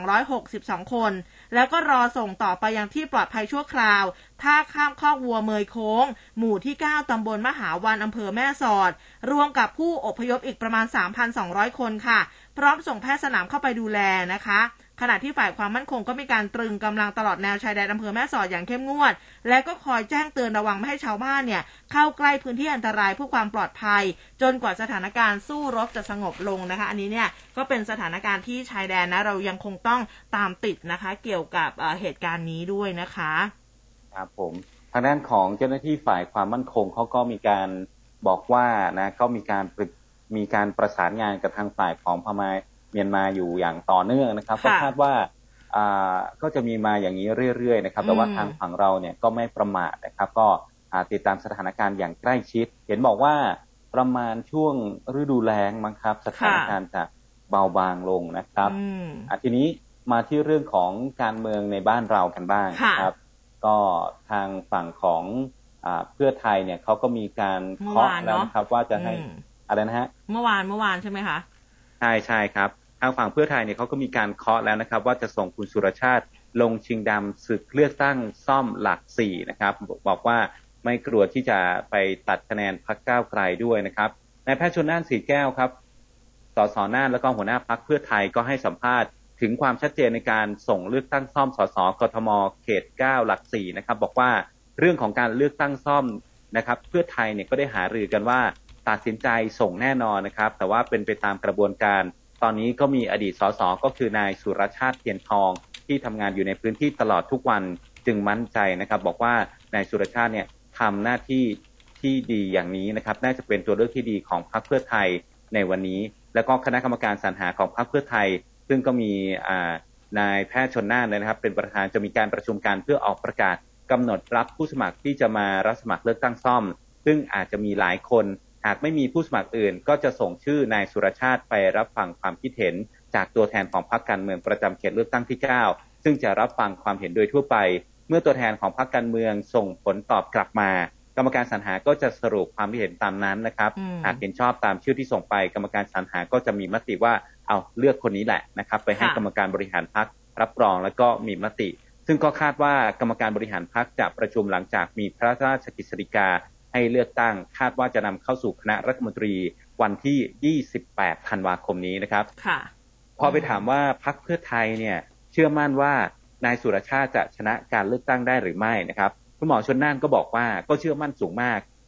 1,262 คนแล้วก็รอส่งต่อไปยังที่ปลอดภัยชั่วคราวท่าข้ามคอกวัวเมยโค้งหมู่ที่9ตำบลมหาวันอำเภอแม่สอดรวมกับผู้อพยพอีกประมาณ 3,200 คนค่ะพร้อมส่งแพทย์สนามเข้าไปดูแลนะคะขณะที่ฝ่ายความมั่นคงก็มีการตรึงกำลังตลอดแนวชายแดนอำเภอแม่สอดอย่างเข้มงวดและก็คอยแจ้งเตือนระวังไม่ให้ชาวบ้านเนี่ยเข้าใกล้พื้นที่อันตรายเพื่อความปลอดภัยจนกว่าสถานการณ์สู้รบจะสงบลงนะคะอันนี้เนี่ยก็เป็นสถานการณ์ที่ชายแดนนะเรายังคงต้องตามติดนะคะเกี่ยวกับเหตุการณ์นี้ด้วยนะคะครับผมทางด้านของเจ้าหน้าที่ฝ่ายความมั่นคงเขาก็มีการบอกว่านะก็มีการประสานงานกับทางฝ่ายของพม่าเมียนมาอยู่อย่างต่อเนื่องนะครับก็คาดว่าก็จะมีมาอย่างนี้เรื่อยๆนะครับแต่ว่าทางฝั่งเราเนี่ยก็ไม่ประมาทนะครับก็ติดตามสถานการณ์อย่างใกล้ชิดเห็นบอกว่าประมาณช่วงฤดูแล้งมั้งครับสถานการณ์จะเบาบางลงนะครับทีนี้มาที่เรื่องของการเมืองในบ้านเรากันบ้างครับก็ทางฝั่งของเพื่อไทยเนี่ยเขาก็มีการเคาะแล้วนะครับว่าจะให้อะไรนะฮะเมื่อวานใช่ไหมคะใช่ครับทางฝั่งเพื่อไทยเนี่ยเขาก็มีการเคาะแล้วนะครับว่าจะส่งคุณสุรชาติลงชิงดำศึกเลือกตั้งซ่อมหลัก4นะครับบอกว่าไม่กลัวที่จะไปตัดคะแนนพรรคก้าวไกลด้วยนะครับนายแพทย์ชลน่าน สีแก้วครับสสน่านและก็หัวหน้าพรรคเพื่อไทยก็ให้สัมภาษณ์ถึงความชัดเจนในการส่งเลือกตั้งซ่อมสสกทมเขต9หลัก4นะครับบอกว่าเรื่องของการเลือกตั้งซ่อมนะครับเพื่อไทยเนี่ยก็ได้หารือกันว่าตัดสินใจส่งแน่นอนนะครับแต่ว่าเป็นไปตามกระบวนการตอนนี้ก็มีอดีตสสก็คือนายสุรชาติเทียนทองที่ทำงานอยู่ในพื้นที่ตลอดทุกวันจึงมั่นใจนะครับบอกว่านายสุรชาติเนี่ยทำหน้าที่ที่ดีอย่างนี้นะครับน่าจะเป็นตัวเลือกที่ดีของพรรคเพื่อไทยในวันนี้แล้วก็คณะกรรมการสรรหาของพรรคเพื่อไทยซึ่งก็มีนายแพทย์ชลน่านนะครับเป็นประธานจะมีการประชุมกันเพื่อออกประกาศกำหนดรับผู้สมัครที่จะมารับสมัครเลือกตั้งซ่อมซึ่งอาจจะมีหลายคนหากไม่มีผู้สมัครอื่นก็จะส่งชื่อนายสุรชาติไปรับฟังความคิดเห็นจากตัวแทนของพรรคการเมืองประจำเขตเลือกตั้งที่9ซึ่งจะรับฟังความเห็นโดยทั่วไปเมื่อตัวแทนของพรรคการเมืองส่งผลตอบกลับมากรรมการสรรหาก็จะสรุปความคิดเห็นตามนั้นนะครับหากเห็นชอบตามชื่อที่ส่งไปกรรมการสรรหาก็จะมีมติว่าเอาเลือกคนนี้แหละนะครับไปให้กรรมการบริหารพรรครับรองแล้วก็มีมติซึ่งก็คาดว่ากรรมการบริหารพรรคจะประชุมหลังจากมีพระราชกฤษฎีกาให้เลือกตั้งคาดว่าจะนำเข้าสู่คณะรัฐมนตรีวันที่28ธันวาคมนี้นะครับพอไปถามว่าพรรคเพื่อไทยเนี่ยเชื่อมั่นว่านายสุรชาติจะชนะการเลือกตั้งได้หรือไม่นะครับคุณหมอชลน่านก็บอกว่าก็เชื่อมั่นสูงมาก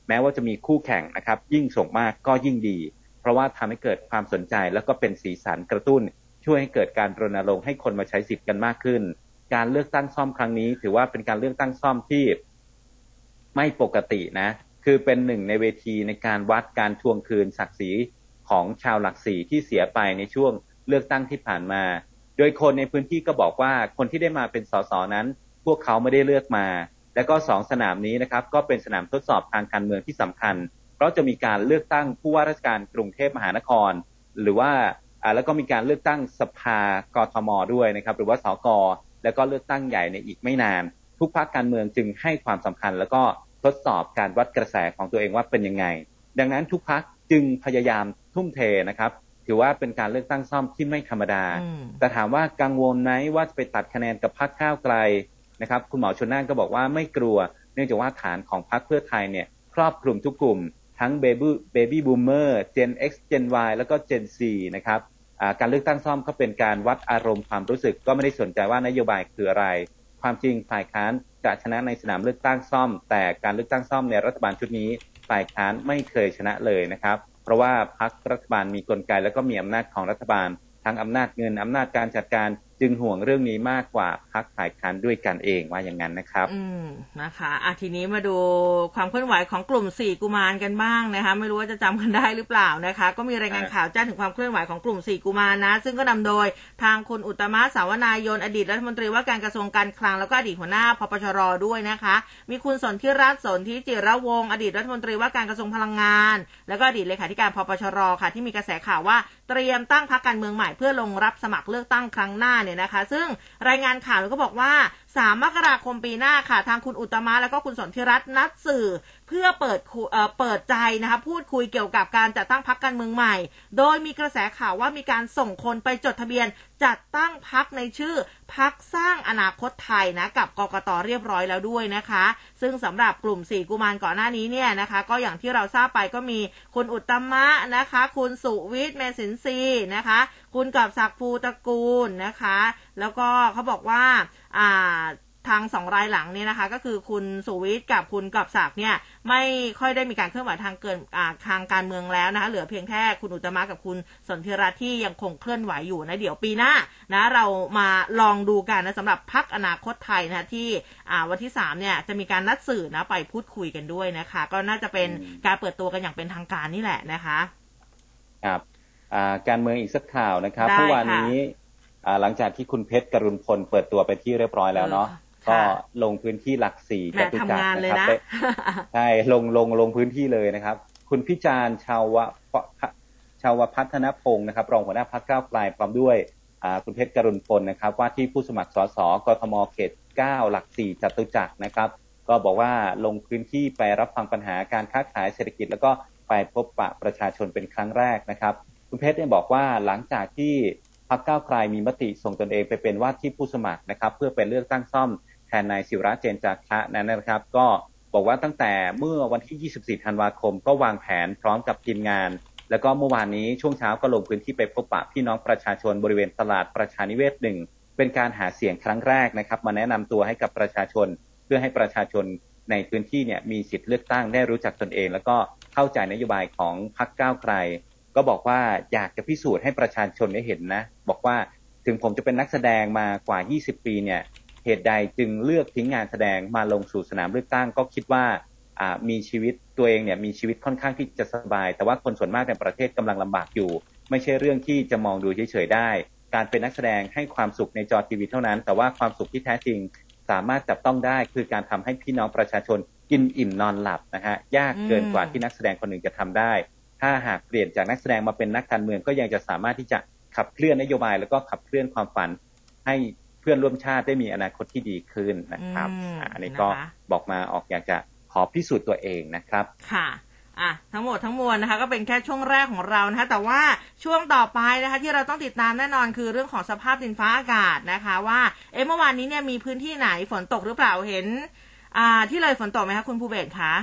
แม้ว่าจะมีคู่แข่งนะครับยิ่งส่งมากก็ยิ่งดีเพราะว่าทำให้เกิดความสนใจแล้วก็เป็นสีสันกระตุ้นช่วยให้เกิดการรณรงค์ให้คนมาใช้สิทธิ์กันมากขึ้นการเลือกตั้งซ่อมครั้งนี้ถือว่าเป็นการเลือกตั้งซ่อมที่ไม่ปกตินะคือเป็นหนึ่งในเวทีในการวัดการทวงคืนศักดิ์ศรีของชาวหลักสี่ที่เสียไปในช่วงเลือกตั้งที่ผ่านมาโดยคนในพื้นที่ก็บอกว่าคนที่ได้มาเป็นสสนั้นพวกเขาไม่ได้เลือกมาและก็2 สนามนี้นะครับก็เป็นสนามทดสอบทางการเมืองที่สำคัญเพราะจะมีการเลือกตั้งผู้ว่าราชการกรุงเทพมหานครหรือว่าแล้วก็มีการเลือกตั้งสภากทมด้วยนะครับหรือว่าสกแล้วก็เลือกตั้งใหญ่ในอีกไม่นานทุกพรรคการเมืองจึงให้ความสำคัญแล้วก็ทดสอบการวัดกระแสของตัวเองว่าเป็นยังไงดังนั้นทุกพรรคจึงพยายามทุ่มเทนะครับถือว่าเป็นการเลือกตั้งซ่อมที่ไม่ธรรมดาแต่ถามว่ากังวลไหมว่าจะไปตัดคะแนนกับพรรคก้าวไกลนะครับคุณหมอชลน่านก็บอกว่าไม่กลัวเนื่องจากว่าฐานของพรรคเพื่อไทยเนี่ยครอบคลุมทุกกลุ่มทั้ง Baby Boomer Gen X Gen Y แล้วก็ Gen Z นะครับการเลือกตั้งซ่อมก็เป็นการวัดอารมณ์ความรู้สึกก็ไม่ได้สนใจว่านโยบายคืออะไรความจริงฝ่ายค้านจะชนะในสนามเลือกตั้งซ่อมแต่การเลือกตั้งซ่อมในรัฐบาลชุดนี้ฝ่ายค้านไม่เคยชนะเลยนะครับเพราะว่าพรรครัฐบาลมีกลไกและก็มีอำนาจของรัฐบาลทั้งอำนาจเงินอำนาจการจัดการจึงห่วงเรื่องนี้มากกว่าพรรคฝ่ายค้านด้วยกันเองว่าอย่างนั้นนะครับนะคะทีนี้มาดูความเคลื่อนไหวของกลุ่ม4กุมารกันบ้างนะคะไม่รู้ว่าจะจำกันได้หรือเปล่านะคะก็มีรายงานข่าวแจ้งถึงความเคลื่อนไหวของกลุ่ม4กุมารนะซึ่งก็นำโดยทางคุณอุตตมะสาวนายนอดีตรัฐมนตรีว่าการกระทรวงการคลังแล้วก็อดีตหัวหน้าพปชรด้วยนะคะมีคุณสนธิรัตน์สนธิจิระวงศ์อดีตรัฐมนตรีว่าการกระทรวงพลังงานแล้วก็อดีตเลขาธิการพปชรค่ะที่มีกระแสข่าวว่าเตรียมตั้งพรรคการเมืองใหม่เพื่อลงรับสมัครเลือกตั้งครั้งหน้าเนี่ยนะคะซึ่งรายงานข่าวก็บอกว่า3 มกราคมปีหน้าค่ะทางคุณอุตตมะแล้วก็คุณสนธิรัตน์นัดสื่อเพื่อเปิดใจนะคะพูดคุยเกี่ยวกับการจัดตั้งพรรคการเมืองใหม่โดยมีกระแสข่าวว่ามีการส่งคนไปจดทะเบียนจัดตั้งพรรคในชื่อพรรคสร้างอนาคตไทยนะกับกกต.เรียบร้อยแล้วด้วยนะคะซึ่งสำหรับกลุ่ม4กุมารก่อนหน้านี้เนี่ยนะคะก็อย่างที่เราทราบไปก็มีคุณอุตตมะนะคะคุณสุวิทย์เมษินทรีย์นะคะคุณกอบศักดิ์ภูตระกูลนะคะแล้วก็เขาบอกว่าทาง2 รายหลังเนี่ยนะคะก็คือคุณสุวิทย์กับคุณกอบศักดิ์เนี่ยไม่ค่อยได้มีการเคลื่อนไหวทางการเมืองแล้วนะคะเหลือเพียงแค่คุณอุตตมะกับคุณสนธิรัตน์ที่ยังคงเคลื่อนไหวอยู่นะเดี๋ยวปีหน้านะเรามาลองดูกันนะสำหรับพรรคอนาคตไทยนะที่วันที่3เนี่ยจะมีการนัดสื่อนะไปพูดคุยกันด้วยนะคะก็น่าจะเป็นการเปิดตัวกันอย่างเป็นทางการนี่แหละนะคะครับการเมืองอีกสักข่าวนะครับเมื่อวานนี้หลังจากที่คุณเพชรกรุณพลเปิดตัวไปที่เรียบร้อยแล้วเนาะก็ลงพื้นที่หลัก4จตุจักรนะครับใช่ลงพื้นที่เลยนะครับคุณพิจารณ์ชาวพัฒนพงศ์นะครับรองหัวหน้าพรรคก้าวไกลพร้อมด้วยคุณเพชรกรุณพลนะครับว่าที่ผู้สมัครสสกทมเขต9หลัก4จตุจักรนะครับก็บอกว่าลงพื้นที่ไปรับฟังปัญหาการค้าขายเศรษฐกิจแล้วก็ไปพบปะประชาชนเป็นครั้งแรกนะครับคุณเพชรเนี่ยบอกว่าหลังจากที่พรรคก้าวไกลมีมติส่งตนเองไปเป็นว่าที่ผู้สมัครนะครับเพื่อเป็นเลือกตั้งซ่อมแทนนายศิระเจนจาคะนั้นนะครับก็บอกว่าตั้งแต่เมื่อวันที่24ธันวาคมก็วางแผนพร้อมกับทีมงานแล้วก็เมื่อวานนี้ช่วงเช้าก็ลงพื้นที่ไปพบปะพี่น้องประชาชนบริเวณตลาดประชานิเวศ1เป็นการหาเสียงครั้งแรกนะครับมาแนะนำตัวให้กับประชาชนเพื่อให้ประชาชนในพื้นที่เนี่ยมีสิทธิ์เลือกตั้งได้รู้จักตนเองแล้วก็เข้าใจนโยบายของพรรคก้าวไกลก็บอกว่าอยากจะพิสูจน์ให้ประชาชนได้เห็นนะบอกว่าถึงผมจะเป็นนักแสดงมากว่า20ปีเนี่ยเหตุใดจึงเลือกทิ้งงานแสดงมาลงสู่สนามเลือกตั้งก็คิดว่ามีชีวิตตัวเองเนี่ยมีชีวิตค่อนข้างที่จะสบายแต่ว่าคนส่วนมากในประเทศกำลังลำบากอยู่ไม่ใช่เรื่องที่จะมองดูเฉยๆได้การเป็นนักแสดงให้ความสุขในจอทีวีเท่านั้นแต่ว่าความสุขที่แท้จริงสามารถจับต้องได้คือการทำให้พี่น้องประชาชนกินอิ่มนอนหลับนะฮะยากเกินกว่าที่นักแสดงคนหนึ่งจะทำได้ถ้าหากเปลี่ยนจากนักแสดงมาเป็นนักการเมืองก็ยังจะสามารถที่จะขับเคลื่อนนโยบายแล้วก็ขับเคลื่อนความฝันให้เพื่อนร่วมชาติได้มีอนาคตที่ดีขึ้นนะครับอันนี้ก็บอกมาออกอยากจะขอพิสูจน์ตัวเองนะครับค่ะทั้งหมดทั้งมวลนะคะก็เป็นแค่ช่วงแรกของเรานะคะแต่ว่าช่วงต่อไปนะคะที่เราต้องติดตามแน่นอนคือเรื่องของสภาพดินฟ้าอากาศนะคะว่าเมื่อวานนี้เนี่ยมีพื้นที่ไหนฝนตกหรือเปล่าเห็นที่เลยฝนตกไหมคะคุณภูเบศคะ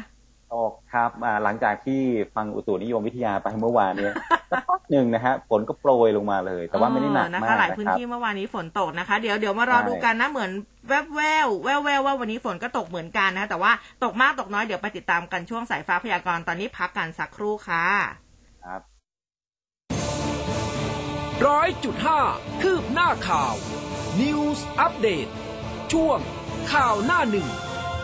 ตกครับหลังจากที่ฟังอุตุนิยมวิทยาไปเมื่อวานนี้สักหนึ่งนะฮะฝนก็โปรยลงมาเลยแต่ว่าไม่ได้หนักมากหลายพื้นที่เมื่อวานนี้ฝนตกนะคะเดี๋ยวมารอดูกันนะเหมือนแววว่าวันนี้ฝนก็ตกเหมือนกันนะแต่ว่าตกมากตกน้อยเดี๋ยวไปติดตามกันช่วงสายฟ้าพยากรณ์ตอนนี้พักกันสักครู่ค่ะครับ 100.5 คืบหน้าข่าว News Update ช่วงข่าวหน้าหนึ่ง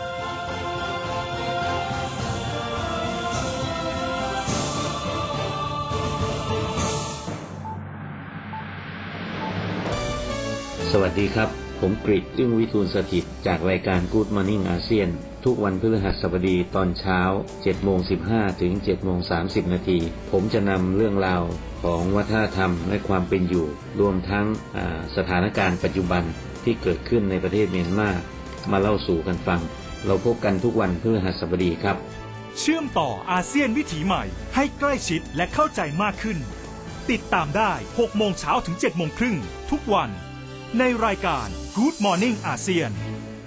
สวัสดีครับผมกฤษ อึ้งวิทูลสถิตจากรายการ Good Morning อาเซียนทุกวันพฤหัสบดีตอนเช้า 7:15 ถึง 7:30 นาทีผมจะนำเรื่องราวของวัฒนธรรมและความเป็นอยู่รวมทั้งสถานการณ์ปัจจุบันที่เกิดขึ้นในประเทศเมียนมาเล่าสู่กันฟังเราพบกันทุกวันพฤหัสบดีครับเชื่อมต่ออาเซียนวิถีใหม่ให้ใกล้ชิดและเข้าใจมากขึ้นติดตามได้ 6 โมงเช้าถึง 7 โมงครึ่งทุกวันในรายการ Good Morning อาเซียน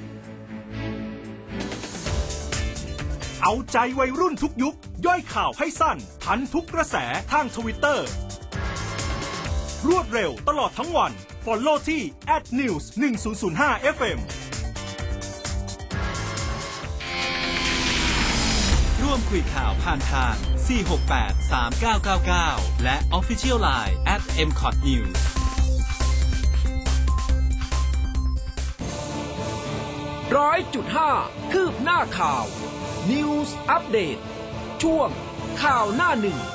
เอาใจวัยรุ่นทุกยุคย่อยข่าวให้สั้นทันทุกกระแสทาง Twitter รวดเร็วตลอดทั้งวัน Follow ที่ @news1005fm ร่วมคุยข่าวผ่านทาง 4683999 และ Official Line @mcotnews 100.5 คืบหน้าข่าว News Update ช่วงข่าวหน้าหนึ่ง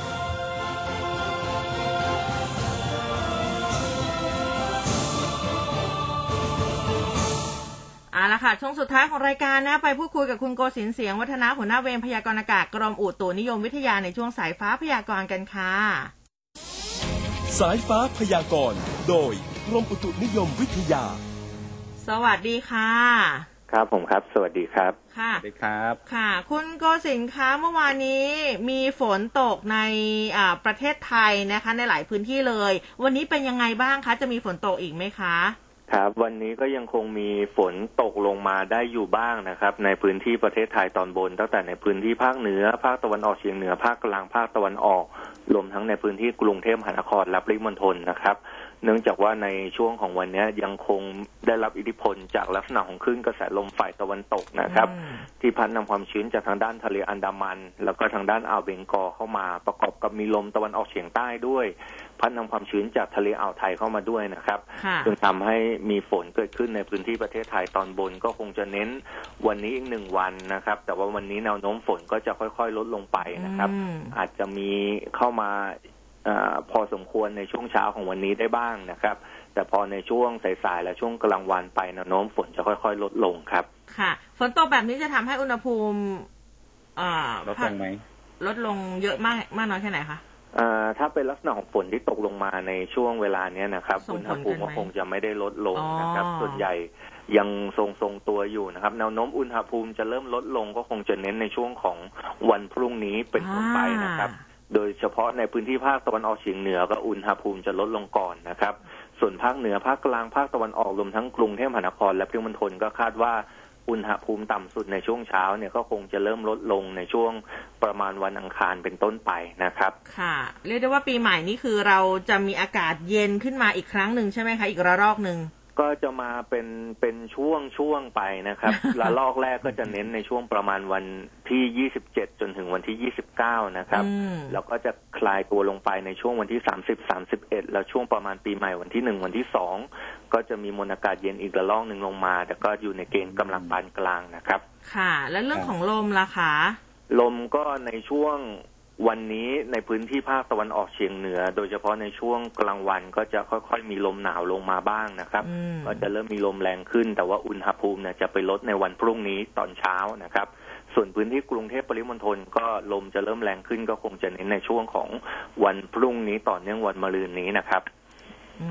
ละค่ะช่วงสุดท้ายของรายการนะไปพูดคุยกับคุณโกศินทร์เสียงวัฒนาหัวหน้าเวรพยากรณ์อากาศกรมอุตุนิยมวิทยาในช่วงสายฟ้าพยากรณ์กันค่ะสายฟ้าพยากรณ์โดยกรมอุตุนิยมวิทยาสวัสดีค่ะครับผมครับสวัสดีครับค่ะสวัสดีครับค่ะคุณโกศินทร์คะเมื่อวานนี้มีฝนตกในประเทศไทยนะคะในหลายพื้นที่เลยวันนี้เป็นยังไงบ้างคะจะมีฝนตกอีกไหมคะครับวันนี้ก็ยังคงมีฝนตกลงมาได้อยู่บ้างนะครับในพื้นที่ประเทศไทยตอนบนตั้งแต่ในพื้นที่ภาคเหนือภาคตะวันออกเฉียงเหนือภาคกลางภาคตะวันออกรวมทั้งในพื้นที่กรุงเทพมหานครและปริมณฑลนะครับเนื่องจากว่าในช่วงของวันนี้ยังคงได้รับอิทธิพลจากลักษณะของคลื่นกระแสลมฝ่ายตะวันตกนะครับที่พัดนำความชื้นจากทางด้านทะเลอันดามันแล้วก็ทางด้านอ่าวเบงกอลเข้ามาประกอบกับมีลมตะวันออกเฉียงใต้ด้วยพัดนำความชื้นจากทะเลอ่าวไทยเข้ามาด้วยนะครับจึงทำให้มีฝนเกิดขึ้นในพื้นที่ประเทศไทยตอนบนก็คงจะเน้นวันนี้อีก1 วันนะครับแต่ว่าวันนี้แนวโน้มฝนก็จะค่อยๆลดลงไปนะครับอาจจะมีเข้ามาพอสมควรในช่วงเช้าของวันนี้ได้บ้างนะครับแต่พอในช่วงสายๆและช่วงกลางวันไปแนวโน้มฝนจะค่อยๆลดลงครับค่ะฝนตกแบบนี้จะทำให้อุณหภูมิลดลงไหมลดลงเยอะมากน้อยแค่ไหนคะถ้าเป็นลักษณะของฝนที่ตกลงมาในช่วงเวลานี้นะครับอุณหภูมิก็คงจะไม่ได้ลดลงนะครับส่วนใหญ่ยังทรงตัวอยู่นะครับแนวโน้มอุณหภูมิจะเริ่มลดลงก็คงจะเน้นในช่วงของวันพรุ่งนี้เป็นต้นไปนะครับโดยเฉพาะในพื้นที่ภาคตะวันออกเฉียงเหนือก็อุณหภูมิจะลดลงก่อนนะครับส่วนภาคเหนือภาคกลางภาคตะวันออกรวมทั้งกรุงเทพมหานครและปริมณฑลก็คาดว่าอุณหภูมิต่ำสุดในช่วงเช้าเนี่ยก็คงจะเริ่มลดลงในช่วงประมาณวันอังคารเป็นต้นไปนะครับค่ะเรียกได้ว่าปีใหม่นี้คือเราจะมีอากาศเย็นขึ้นมาอีกครั้งหนึ่งใช่ไหมคะอีกระลอกหนึ่งก็จะมาเป็นช่วงไปนะครับระลอกแรกก็จะเน้นในช่วงประมาณวันที่27จนถึงวันที่29นะครับแล้วก็จะคลายตัวลงไปในช่วงวันที่30-31แล้วช่วงประมาณปีใหม่วันที่1วันที่2ก็จะมีมวลอากาศเย็นอีกระลอกนึงลงมาแต่ก็อยู่ในเกณฑ์กำลังปานกลางนะครับค่ะแล้วเรื่องของลมล่ะคะลมก็ในช่วงวันนี้ในพื้นที่ภาคตะวันออกเฉียงเหนือโดยเฉพาะในช่วงกลางวันก็จะค่อยๆมีลมหนาวลงมาบ้างนะครับก็จะเริ่มมีลมแรงขึ้นแต่ว่าอุณหภูมิเนี่ยจะไปลดในวันพรุ่งนี้ตอนเช้านะครับส่วนพื้นที่กรุงเทพปริมณฑลก็ลมจะเริ่มแรงขึ้นก็คงจะเน้นในช่วงของวันพรุ่งนี้ต่อเนื่องวันมะรืนนี้นะครับ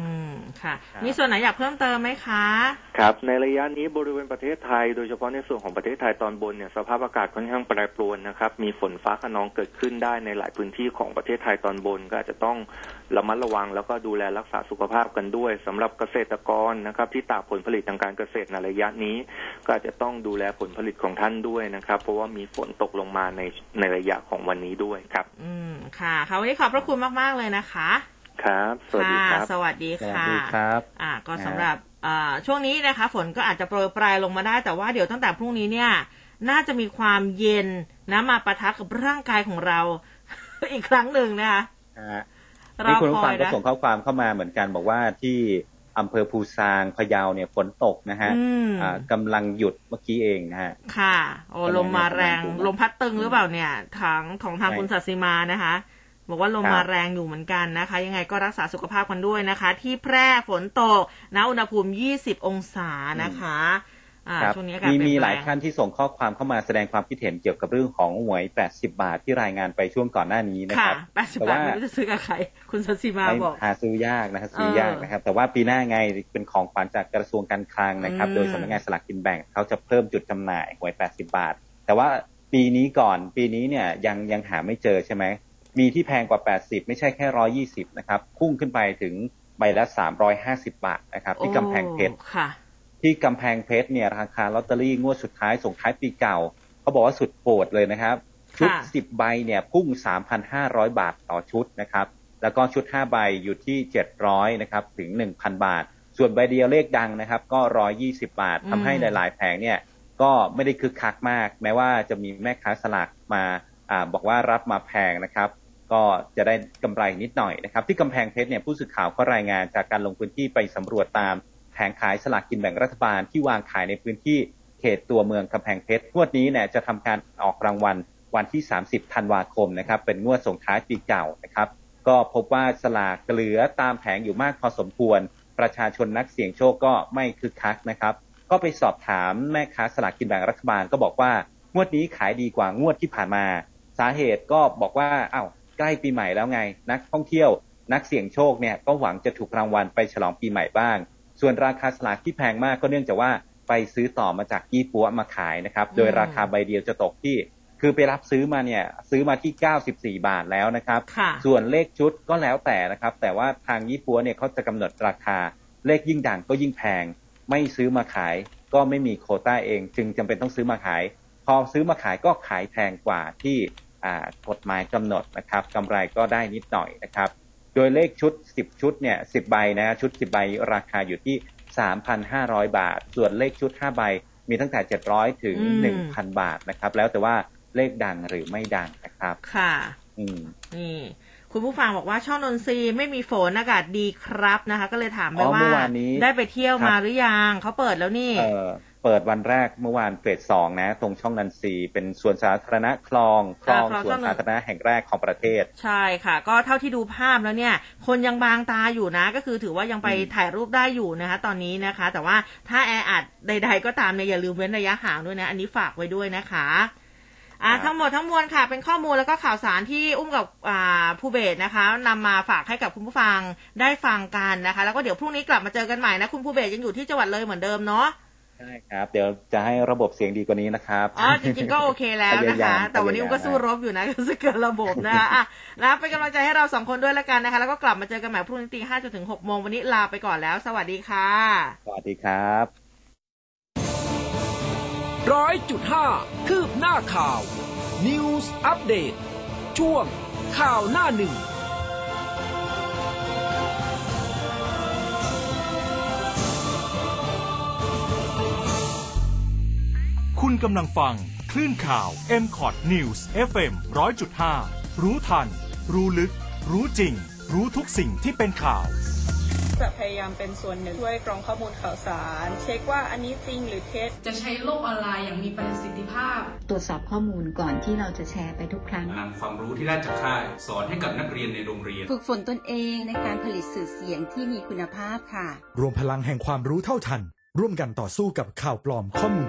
ค่ะมีส่วนไหนอยากเพิ่มเติมไหมคะครับในระยะนี้บริเวณประเทศไทยโดยเฉพาะในส่วนของประเทศไทยตอนบนเนี่ยสภาพอากาศค่อนข้างแปรปรวนนะครับมีฝนฟ้าคะนองเกิดขึ้นได้ในหลายพื้นที่ของประเทศไทยตอนบนก็อาจจะต้องระมัดระวังแล้วก็ดูแลรักษาสุขภาพกันด้วยสำหรับเกษตรกรนะครับที่ตากผลผลิตทางการเกษตรในระยะนี้ก็อาจจะต้องดูแลผลผลิตของท่านด้วยนะครับเพราะว่ามีฝนตกลงมาในระยะของวันนี้ด้วยครับค่ะวันนี้ขอบพระคุณมากๆเลยนะคะครับสวัสดีครับสวัสดีค่ะสวัสดีครับก็สำหรับช่วงนี้นะคะฝนก็อาจจะโปรยปลายลงมาได้แต่ว่าเดี๋ยวตั้งแต่พรุ่งนี้เนี่ยน่าจะมีความเย็นนะมาปะทะกับร่างกายของเรา อีกครั้งหนึ่งนะคะมีคุณผู้ฟังก็ส่งข้อความเข้ามาเหมือนกันบอกว่าที่อำเภอภูซางพะเยาเนี่ยฝนตกนะฮะกำลังหยุดเมื่อกี้เองนะฮะค่ะลมมาแรงลมพัดตึงหรือเปล่าเนี่ยทางคุณศศิมานะคะบอกว่าลมมาแรงอยู่เหมือนกันนะคะยังไงก็รักษาสุขภาพกันด้วยนะคะที่แพร่ฝนตกนะอุณหภูมิ20องศานะคะช่วงนี้มีหลายท่านที่ส่งข้อความเข้ามาแสดงความคิดเห็นเกี่ยวกับเรื่องของหวย80 บาทที่รายงานไปช่วงก่อนหน้านี้นะครับ 80 บาทไม่รู้จะซื้อกับใครคุณศศิมาบอกหาซื้อยากนะครับซื้อยากนะครับแต่ว่าปีหน้าไงเป็นของขวัญจากกระทรวงการคลังนะครับโดยสำนักงานสลากกินแบ่งเขาจะเพิ่มจุดจำหน่ายหวย80 บาทแต่ว่าปีนี้เนี่ยยังหาไม่เจอใช่ไหมมีที่แพงกว่า80ไม่ใช่แค่120นะครับพุ่งขึ้นไปถึงใบละ350 บาทนะครับที่กำแพงเพชรที่กำแพงเพชรเนี่ยราคาลอตเตอรี่งวดสุดท้ายส่งท้ายปีเก่าเขาบอกว่าสุดโหดเลยนะครับชุด10ใบเนี่ยพุ่ง 3,500 บาทต่อชุดนะครับแล้วก็ชุด5ใบอยู่ที่700นะครับถึง 1,000 บาทส่วนใบเดียวเลขดังนะครับก็120 บาททำให้หลายๆแผงเนี่ยก็ไม่ได้คึกคักมากแม้ว่าจะมีแม่ค้าสลากมาบอกว่ารับมาแพงนะครับก็จะได้กำไรนิดหน่อยนะครับที่กำแพงเพชรเนี่ยผู้สื่อข่าวก็รายงานจากการลงพื้นที่ไปสำรวจตามแผงขายสลากกินแบ่งรัฐบาลที่วางขายในพื้นที่เขตตัวเมืองกำแพงเพชรงวดนี้เนี่ยจะทำการออกรางวัลวันที่30 ธันวาคมนะครับเป็นงวดส่งท้ายปีเก่านะครับก็พบว่าสลากเหลือตามแผงอยู่มากพอสมควรประชาชนนักเสี่ยงโชคก็ไม่คึกคักนะครับก็ไปสอบถามแม่ค้าสลากกินแบ่งรัฐบาลก็บอกว่างวดนี้ขายดีกว่างวดที่ผ่านมาสาเหตุก็บอกว่าใกล้ปีใหม่แล้วไงนักท่องเที่ยวนักเสี่ยงโชคเนี่ยก็หวังจะถูกรางวัลไปฉลองปีใหม่บ้างส่วนราคาสลากที่แพงมากก็เนื่องจากว่าไปซื้อต่อมาจากยี่ปัวมาขายนะครับโดยราคาใบเดียวจะตกที่คือไปรับซื้อมาเนี่ยซื้อมาที่94 บาทแล้วนะครับส่วนเลขชุดก็แล้วแต่นะครับแต่ว่าทางยี่ปัวเนี่ยเขาจะกำหนดราคาเลขยิ่งดังก็ยิ่งแพงไม่ซื้อมาขายก็ไม่มีโควต้าเองจึงจำเป็นต้องซื้อมาขายพอซื้อมาขายก็ขายแพงกว่าที่กฎหมายกำหนดนะครับกำไรก็ได้นิดหน่อยนะครับโดยเลขชุด10ชุดเนี่ย10ใบนะชุด10ใบราคาอยู่ที่ 3,500 บาทส่วนเลขชุด5ใบมีตั้งแต่700ถึง 1,000 บาทนะครับแล้วแต่ว่าเลขดังหรือไม่ดังนะครับค่ะนี่คุณผู้ฟังบอกว่าช่องนนทรีไม่มีฝนอากาศดีครับนะคะก็เลยถามไปว่าได้ไปเที่ยวมาหรือยังเขาเปิดแล้วนี่เปิดวันแรกเมื่อวานเฟส 2นะตรงช่องนันซีเป็นสวนสาธารณะคลองสวนสาธารณะแห่งแรกของประเทศใช่ค่ะก็เท่าที่ดูภาพแล้วเนี่ยคนยังบางตาอยู่นะก็คือถือว่ายังไปถ่ายรูปได้อยู่นะคะตอนนี้นะคะแต่ว่าถ้าแออัดใดๆก็ตามเนี่ยอย่าลืมเว้นระยะห่างด้วยนะอันนี้ฝากไว้ด้วยนะคะทั้งหมดทั้งมวลค่ะเป็นข้อมูลแล้วก็ข่าวสารที่อุ้มกับภูเบศนะคะนำมาฝากให้กับคุณผู้ฟังได้ฟังกันนะคะแล้วก็เดี๋ยวพรุ่งนี้กลับมาเจอกันใหม่นะคุณภูเบศยังอยู่ที่จังหวัดเลยเหมือนเดิมเนาะใช่ครับเดี๋ยวจะให้ระบบเสียงดีกว่านี้นะครับจริงๆก็โอเคแล้วนะคะแต่วันนี้อุ้มก็สู้รบอยู่นะก็จะเกิดระบบนะคะแล้วเป็นกำลังใจให้เรา2คนด้วยแล้วกันนะคะแล้วก็กลับมาเจอกันใหม่พรุ่งนี้ 5 จนถึง 6 โมงวันนี้ลาไปก่อนแล้วสวัสดีค่ะสวัสดีครับ 100.5 คืบหน้าข่าว News Update ช่วงข่าวหน้าหนึ่งคุณกำลังฟังคลื่นข่าว MCOT News FM 100.5 รู้ทันรู้ลึกรู้จริงรู้ทุกสิ่งที่เป็นข่าวจะพยายามเป็นส่วนหนึ่งช่วยกรองข้อมูลข่าวสารเช็คว่าอันนี้จริงหรือเท็จจะใช้โลกออนไลน์อย่างมีประสิทธิภาพตรวจสอบข้อมูลก่อนที่เราจะแชร์ไปทุกครั้งนำความรู้ที่ได้จากค่ายสอนให้กับนักเรียนในโรงเรียนฝึกฝนตนเองในการผลิตสื่อเสียงที่มีคุณภาพค่ะรวมพลังแห่งความรู้เท่าทันร่วมกันต่อสู้กับข่าวปลอมข้อมูล